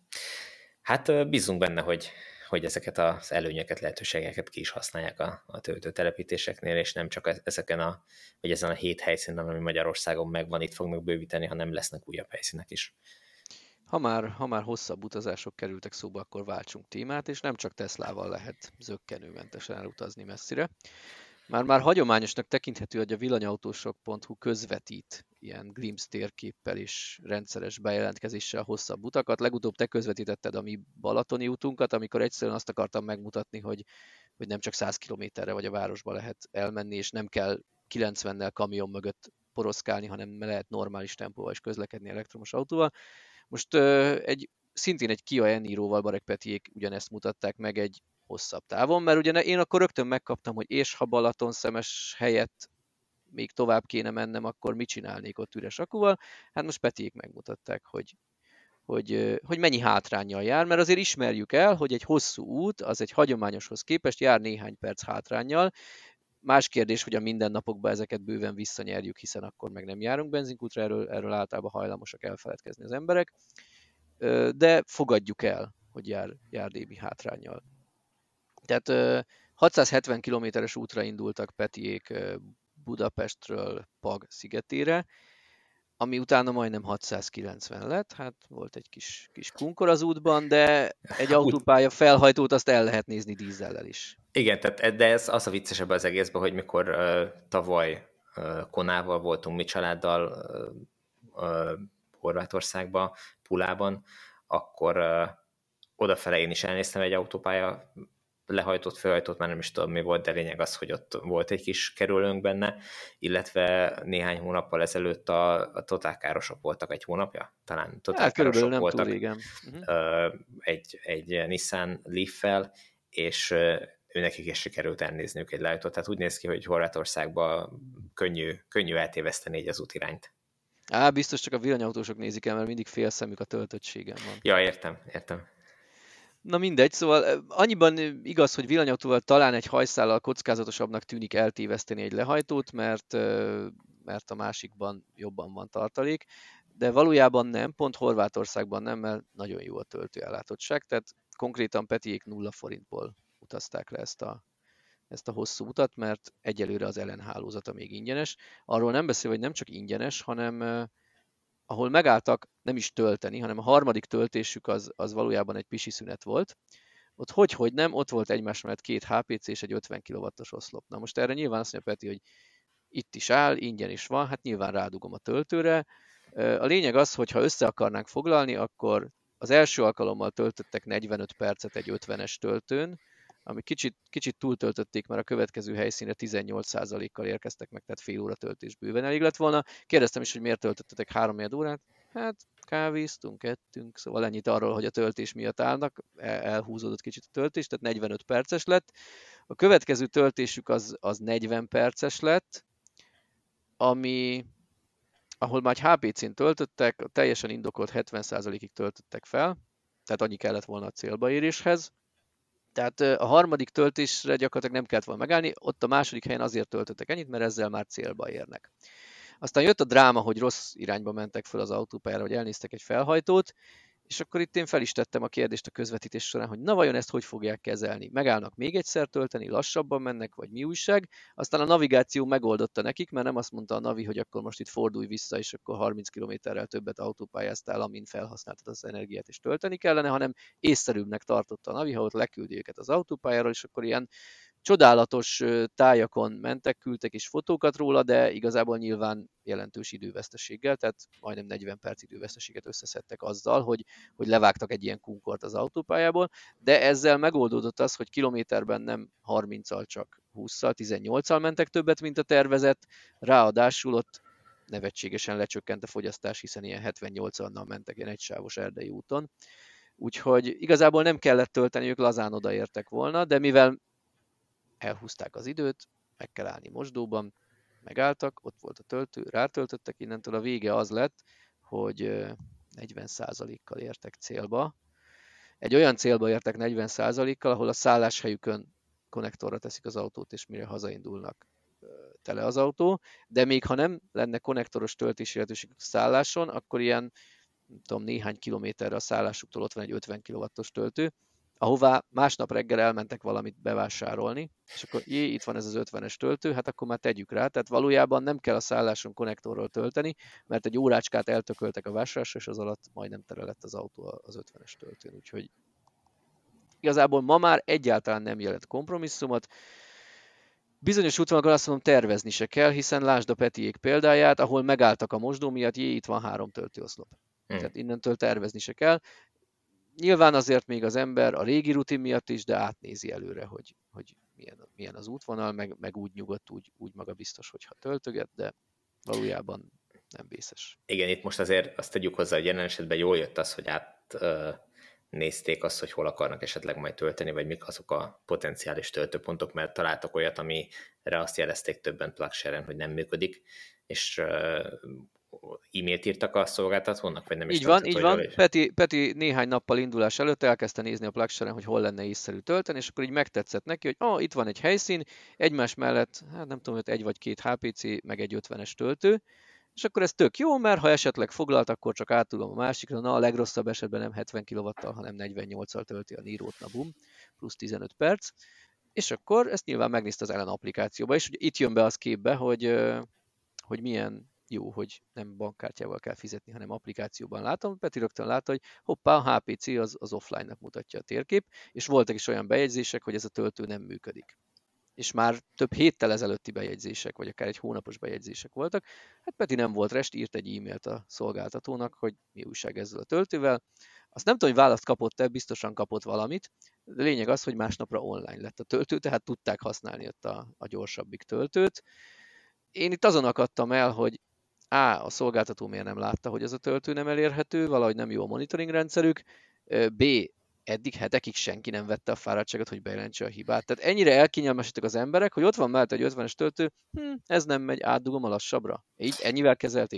hát bízunk benne, hogy, hogy ezeket az előnyeket, lehetőségeket ki is használják a, a töltőtelepítéseknél, és nem csak ezeken a, vagy ezen a hét helyszínen, ami Magyarországon megvan, itt fognak bővíteni, hanem lesznek újabb helyszínek is. Ha már, ha már hosszabb utazások kerültek szóba, akkor váltsunk témát, és nem csak Teslával lehet zökkenőmentesen elutazni messzire. Már-már hagyományosnak tekinthető, hogy a villanyautósok pont hu közvetít ilyen glimpse térképpel és rendszeres bejelentkezéssel hosszabb utakat. Legutóbb te közvetítetted a mi balatoni utunkat, amikor egyszerűen azt akartam megmutatni, hogy, hogy nem csak száz kilométerre vagy a városba lehet elmenni, és nem kell kilencvennel kamion mögött poroszkálni, hanem lehet normális tempóval is közlekedni elektromos autóval. Most egy, szintén egy Kia Enniroval Barek Petiék ugyanezt mutatták meg egy hosszabb távon, mert ugye én akkor rögtön megkaptam, hogy és ha Balatonszemes helyett még tovább kéne mennem, akkor mit csinálnék ott üres akuval. Hát most Petiék megmutatták, hogy, hogy, hogy mennyi hátránnyal jár, mert azért ismerjük el, hogy egy hosszú út, az egy hagyományoshoz képest jár néhány perc hátránnyal. Más kérdés, hogy a mindennapokban ezeket bőven visszanyerjük, hiszen akkor meg nem járunk benzinkútra, erről, erről általában hajlamosak elfeledkezni az emberek, de fogadjuk el, hogy jár, jár némi hátránnyal. Tehát hatszázhetven kilométeres útra indultak Petiék Budapestről Pag szigetére, ami utána majdnem hatszázkilencven lett, hát volt egy kis, kis kunkor az útban, de egy autópálya felhajtót azt el lehet nézni dízellel is. Igen, tehát, de ez az a viccesebb az egészben, hogy mikor uh, tavaly uh, Konával voltunk mi családdal uh, uh, Horvátországban, Pulában, akkor uh, odafele én is elnéztem egy autópálya lehajtott, felhajtott, már nem is tudom mi volt, de lényeg az, hogy ott volt egy kis kerülőnk benne, illetve néhány hónappal ezelőtt a, a totálkárosok voltak egy hónapja, talán totálkárosok hát, voltak régen. Uh-huh. egy, egy Nissan Leaf-fel, és őnekik is sikerült elnézniük egy lehajtót, tehát úgy néz ki, hogy Horvátországban könnyű, könnyű eltéveszteni így az útirányt. Á, biztos csak a villanyautósok nézik el, mert mindig fél szemük a töltöttségen van. Ja, értem, értem. Na mindegy, szóval annyiban igaz, hogy villanyautóval talán egy hajszállal kockázatosabbnak tűnik eltéveszteni egy lehajtót, mert, mert a másikban jobban van tartalék, de valójában nem, pont Horvátországban nem, mert nagyon jó a töltőellátottság, tehát konkrétan Petiék nulla forintból utazták le ezt a, ezt a hosszú utat, mert egyelőre az Elen hálózata még ingyenes. Arról nem beszél, hogy nem csak ingyenes, hanem ahol megálltak nem is tölteni, hanem a harmadik töltésük az, az valójában egy pisi szünet volt. Ott hogy-hogy nem, ott volt egymás mellett két há pé cé és egy ötven kilowattos oszlop. Na most erre nyilván azt mondja Peti, hogy itt is áll, ingyen is van, hát nyilván rádugom a töltőre. A lényeg az, hogy ha össze akarnánk foglalni, akkor az első alkalommal töltöttek negyvenöt percet egy ötvenes töltőn, ami kicsit, kicsit túltöltötték, mert a következő helyszínre tizennyolc százalékkal érkeztek meg, tehát fél óra töltés bőven elég lett volna. Kérdeztem is, hogy miért töltöttetek három órát. Hát kávéztunk, ettünk, szóval ennyit arról, hogy a töltés miatt állnak, elhúzódott kicsit a töltés, tehát negyvenöt perces lett. A következő töltésük az, az negyven perces lett, ami, ahol már egy há pé cén töltöttek, teljesen indokolt hetven százalékig töltöttek fel, tehát annyi kellett volna a célbaéréshez. Tehát a harmadik töltésre gyakorlatilag nem kellett volna megállni, ott a második helyen azért töltöttek ennyit, mert ezzel már célba érnek. Aztán jött a dráma, hogy rossz irányba mentek föl az autópályára, hogy elnéztek egy felhajtót, és akkor itt én fel is tettem a kérdést a közvetítés során, hogy na vajon ezt hogy fogják kezelni? Megállnak még egyszer tölteni, lassabban mennek, vagy mi újság? Aztán a navigáció megoldotta nekik, mert nem azt mondta a Navi, hogy akkor most itt fordulj vissza, és akkor harminc kilométerrel többet autópályáztál, amin felhasználtad az energiát, és tölteni kellene, hanem észszerűbbnek tartotta a Navi, ha ott leküldi őket az autópályáról, és akkor ilyen csodálatos tájakon mentek, küldtek is fotókat róla, de igazából nyilván jelentős időveszteséggel, tehát majdnem negyven perc időveszteséget összeszedtek azzal, hogy, hogy levágtak egy ilyen kunkort az autópályából, de ezzel megoldódott az, hogy kilométerben nem harminccal, csak hússzal, tizennyolccal mentek többet, mint a tervezett, ráadásul ott nevetségesen lecsökkent a fogyasztás, hiszen ilyen hetvennyolccal mentek ilyen egysávos erdei úton. Úgyhogy igazából nem kellett tölteni, ők lazán odaértek volna, de mivel elhúzták az időt, meg kell állni mosdóban, megálltak, ott volt a töltő, rátöltöttek, innentől a vége az lett, hogy negyven százalékkal értek célba. Egy olyan célba értek negyven százalékkal, ahol a szálláshelyükön konnektorra teszik az autót, és mire hazaindulnak, tele az autó, de még ha nem lenne konnektoros töltési lehetőség a szálláson, akkor ilyen, nem tudom, néhány kilométerre a szállásuktól ott van egy ötven kilowattos töltő, ahová másnap reggel elmentek valamit bevásárolni, és akkor jé, itt van ez az ötvenes töltő, hát akkor már tegyük rá. Tehát valójában nem kell a szálláson konnektorról tölteni, mert egy órácskát eltököltek a vásárlásra, és az alatt majdnem tele lett az autó az ötvenes töltőn. Úgyhogy igazából ma már egyáltalán nem jelent kompromisszumot. Bizonyos útvonalakon azt mondom, tervezni se kell, hiszen lásd a Petiék példáját, ahol megálltak a mosdó miatt, jé, itt van három töltőoszlop. Hmm. Tehát innentől tervezni se kell. Nyilván azért még az ember a régi rutin miatt is, de átnézi előre, hogy, hogy milyen, milyen az útvonal, meg, meg úgy nyugodt, úgy, úgy maga biztos, hogyha töltöget, de valójában nem vészes. Igen, itt most azért azt tegyük hozzá, hogy jelen esetben jól jött az, hogy átnézték azt, hogy hol akarnak esetleg majd tölteni, vagy mik azok a potenciális töltőpontok, mert találtak olyat, amire azt jelezték többen PlugShare-en, hogy nem működik, és e-mailt írtak a szolgáltatónak, vagy nem is? Így van, így van. Peti, Peti néhány nappal indulás előtt elkezdte nézni a PlugShare-en, hogy hol lenne észszerű tölteni, és akkor így megtetszett neki, hogy oh, itt van egy helyszín, egymás mellett, hát nem tudom, hogy egy vagy két há pé cé, meg egy ötvenes töltő, és akkor ez tök jó, mert ha esetleg foglalt, akkor csak átugom a másikra, na a legrosszabb esetben nem hetven kilowattal, hanem negyvennyolccal tölti a Niro-t, na bum, plusz tizenöt perc, és akkor ezt nyilván megnézte az Elen applikációba, és ugye itt jön be az képbe, hogy, hogy milyen jó, hogy nem bankkártyával kell fizetni, hanem applikációban látom. Peti rögtön látta, hogy hoppá, a há pé cé az, az offline-nak mutatja a térkép, és voltak is olyan bejegyzések, hogy ez a töltő nem működik. És már több héttel ezelőtti bejegyzések, vagy akár egy hónapos bejegyzések voltak. Hát Peti nem volt rest, írt egy e-mailt a szolgáltatónak, hogy mi újság ezzel a töltővel. Azt nem tudom, hogy választ kapott-e, biztosan kapott valamit. De lényeg az, hogy másnapra online lett a töltő, tehát tudták használni ott a, a gyorsabbik töltőt. Én itt azon akadtam el, hogy A. a szolgáltató miért nem látta, hogy ez a töltő nem elérhető, valahogy nem jó a monitoring rendszerük, B. eddig hetekig senki nem vette a fáradtságot, hogy bejelentse a hibát. Tehát ennyire elkényelmesedtek az emberek, hogy ott van mellett egy ötvenes töltő, hm, ez nem megy, átdugom a lassabbra. Így ennyivel kezelték le.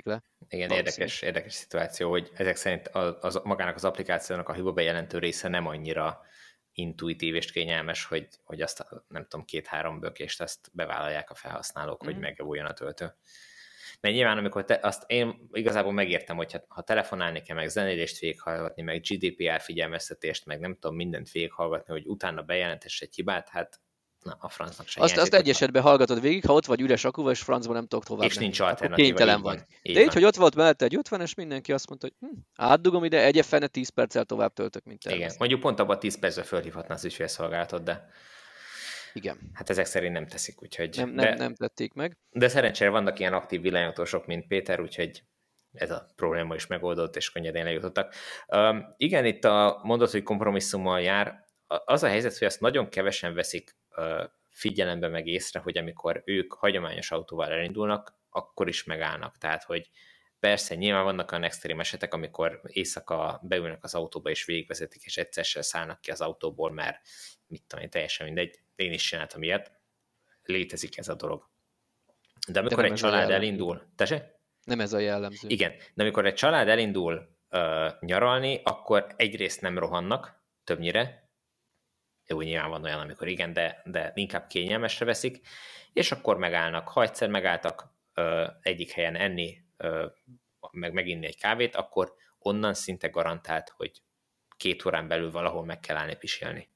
Igen, érdekes, érdekes szituáció, hogy ezek szerint az, az, magának az applikációnak a hiba bejelentő része nem annyira intuitív és kényelmes, hogy, hogy azt a, nem tudom, két-három bökést azt bevállalják a felhasználók, mm. hogy megjavuljon a töltő. Mert nyilván, amikor te, azt én igazából megértem, hogy ha, ha telefonálni kell, meg zenélést végighallgatni, meg gé dé pé er figyelmeztetést, meg nem tudom, mindent végighallgatni, hogy utána bejelentess egy hibát, hát na, a francnak se Azt, azt egy esetben hallgatod végig, ha ott vagy üres akuval, és francban nem tudok tovább és menni. nincs alternatíva, kénytelen így van, vagy. így De így, van. hogy ott volt mellette egy ötvenes, mindenki azt mondta, hogy hm, átdugom ide, egy fene tíz perccel tovább töltök, mint terveztem. Igen, mondjuk pont abban tíz percben fölhívhatná az ügyfélszolgálatot, de igen. Hát ezek szerint nem teszik, úgyhogy... Nem, nem, de, nem tették meg. De szerencsére vannak ilyen aktív villanyautósok, mint Péter, úgyhogy ez a probléma is megoldott, és könnyedén lejutottak. Um, igen, itt a mondat, hogy kompromisszummal jár. Az a helyzet, hogy azt nagyon kevesen veszik uh, figyelembe meg észre, hogy amikor ők hagyományos autóval elindulnak, akkor is megállnak. Tehát, hogy persze, nyilván vannak olyan extrém esetek, amikor éjszaka beülnek az autóba, és végigvezetik, és egyszerűen szállnak ki az autóból, mert mit tudom én, teljesen mindegy. Én is csináltam ilyet. Létezik ez a dolog. De amikor de egy család elindul... Tessék? Nem ez a jellemző. Igen, de amikor egy család elindul uh, nyaralni, akkor egyrészt nem rohannak, többnyire. Jó, nyilván van olyan, amikor igen, de, de inkább kényelmesre veszik, és akkor megállnak. Ha egyszer megálltak uh, egyik helyen enni, uh, meg meginni egy kávét, akkor onnan szinte garantált, hogy két órán belül valahol meg kell állni pisilni.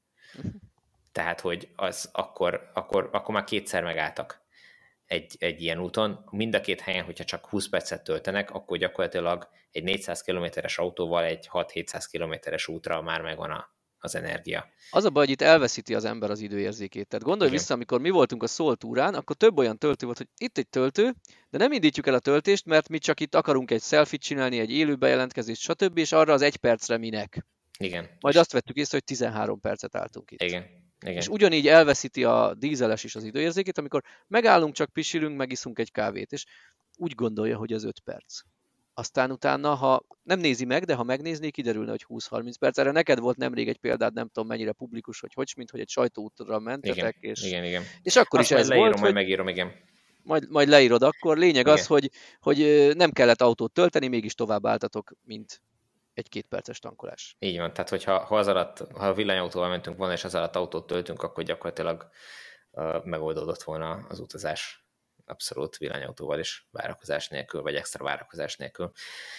Tehát, hogy az akkor, akkor, akkor már kétszer megálltak egy, egy ilyen úton. Mind a két helyen, hogyha csak húsz percet töltenek, akkor gyakorlatilag egy négyszáz kilométeres autóval egy hat-hétszáz kilométeres útra már megvan a, az energia. Az a baj, hogy itt elveszíti az ember az időérzékét. Tehát gondolj Igen. vissza, amikor mi voltunk a Soul túrán, akkor több olyan töltő volt, hogy itt egy töltő, de nem indítjuk el a töltést, mert mi csak itt akarunk egy selfie-t csinálni, egy élő bejelentkezést, stb. És arra az egy percre minek. Igen. Majd azt vettük észre, hogy tizenhárom percet álltunk itt. Igen. Igen. És ugyanígy elveszíti a dízeles is az időérzékét, amikor megállunk, csak pisilünk, megiszunk egy kávét, és úgy gondolja, hogy az öt perc. Aztán utána, ha nem nézi meg, de ha megnézné, kiderülne, hogy húsz-harminc perc. Erre neked volt nemrég egy példád, nem tudom mennyire publikus, hogy hogy, mint hogy egy sajtóútra mentetek, igen, és, igen, igen. és akkor Azt is ez leírom, volt, majd hogy megírom, igen. Majd, majd leírod akkor. Lényeg igen. az, hogy, hogy nem kellett autót tölteni, mégis tovább álltatok, mint egy-két perces tankolás. Így van, tehát hogyha ha az alatt, ha a villanyautóval mentünk volna, és az alatt autót töltünk, akkor gyakorlatilag uh, megoldódott volna az utazás abszolút villanyautóval is, várakozás nélkül, vagy extra várakozás nélkül.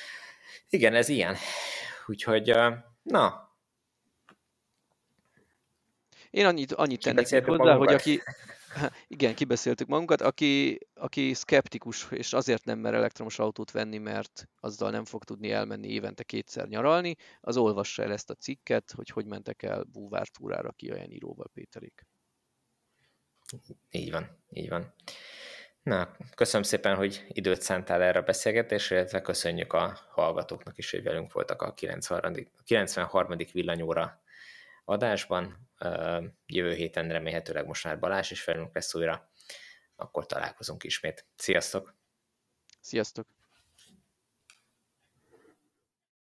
Igen, ez ilyen. Úgyhogy, uh, na. Én annyit, annyit tennék még hozzá, hogy aki... Igen, kibeszéltük magunkat. Aki, aki szkeptikus, és azért nem mer elektromos autót venni, mert azzal nem fog tudni elmenni évente kétszer nyaralni, az olvassa el ezt a cikket, hogy hogy mentek el búvártúrára Kiajen íróval, Péterék. Így van, így van. Na, köszönöm szépen, hogy időt szántál erre a beszélgetésre, illetve köszönjük a hallgatóknak is, hogy velünk voltak a kilencvenharmadik villanyóra adásban. Jövő héten remélhetőleg most már Balázs is velünk lesz újra, akkor találkozunk ismét. Sziasztok! Sziasztok!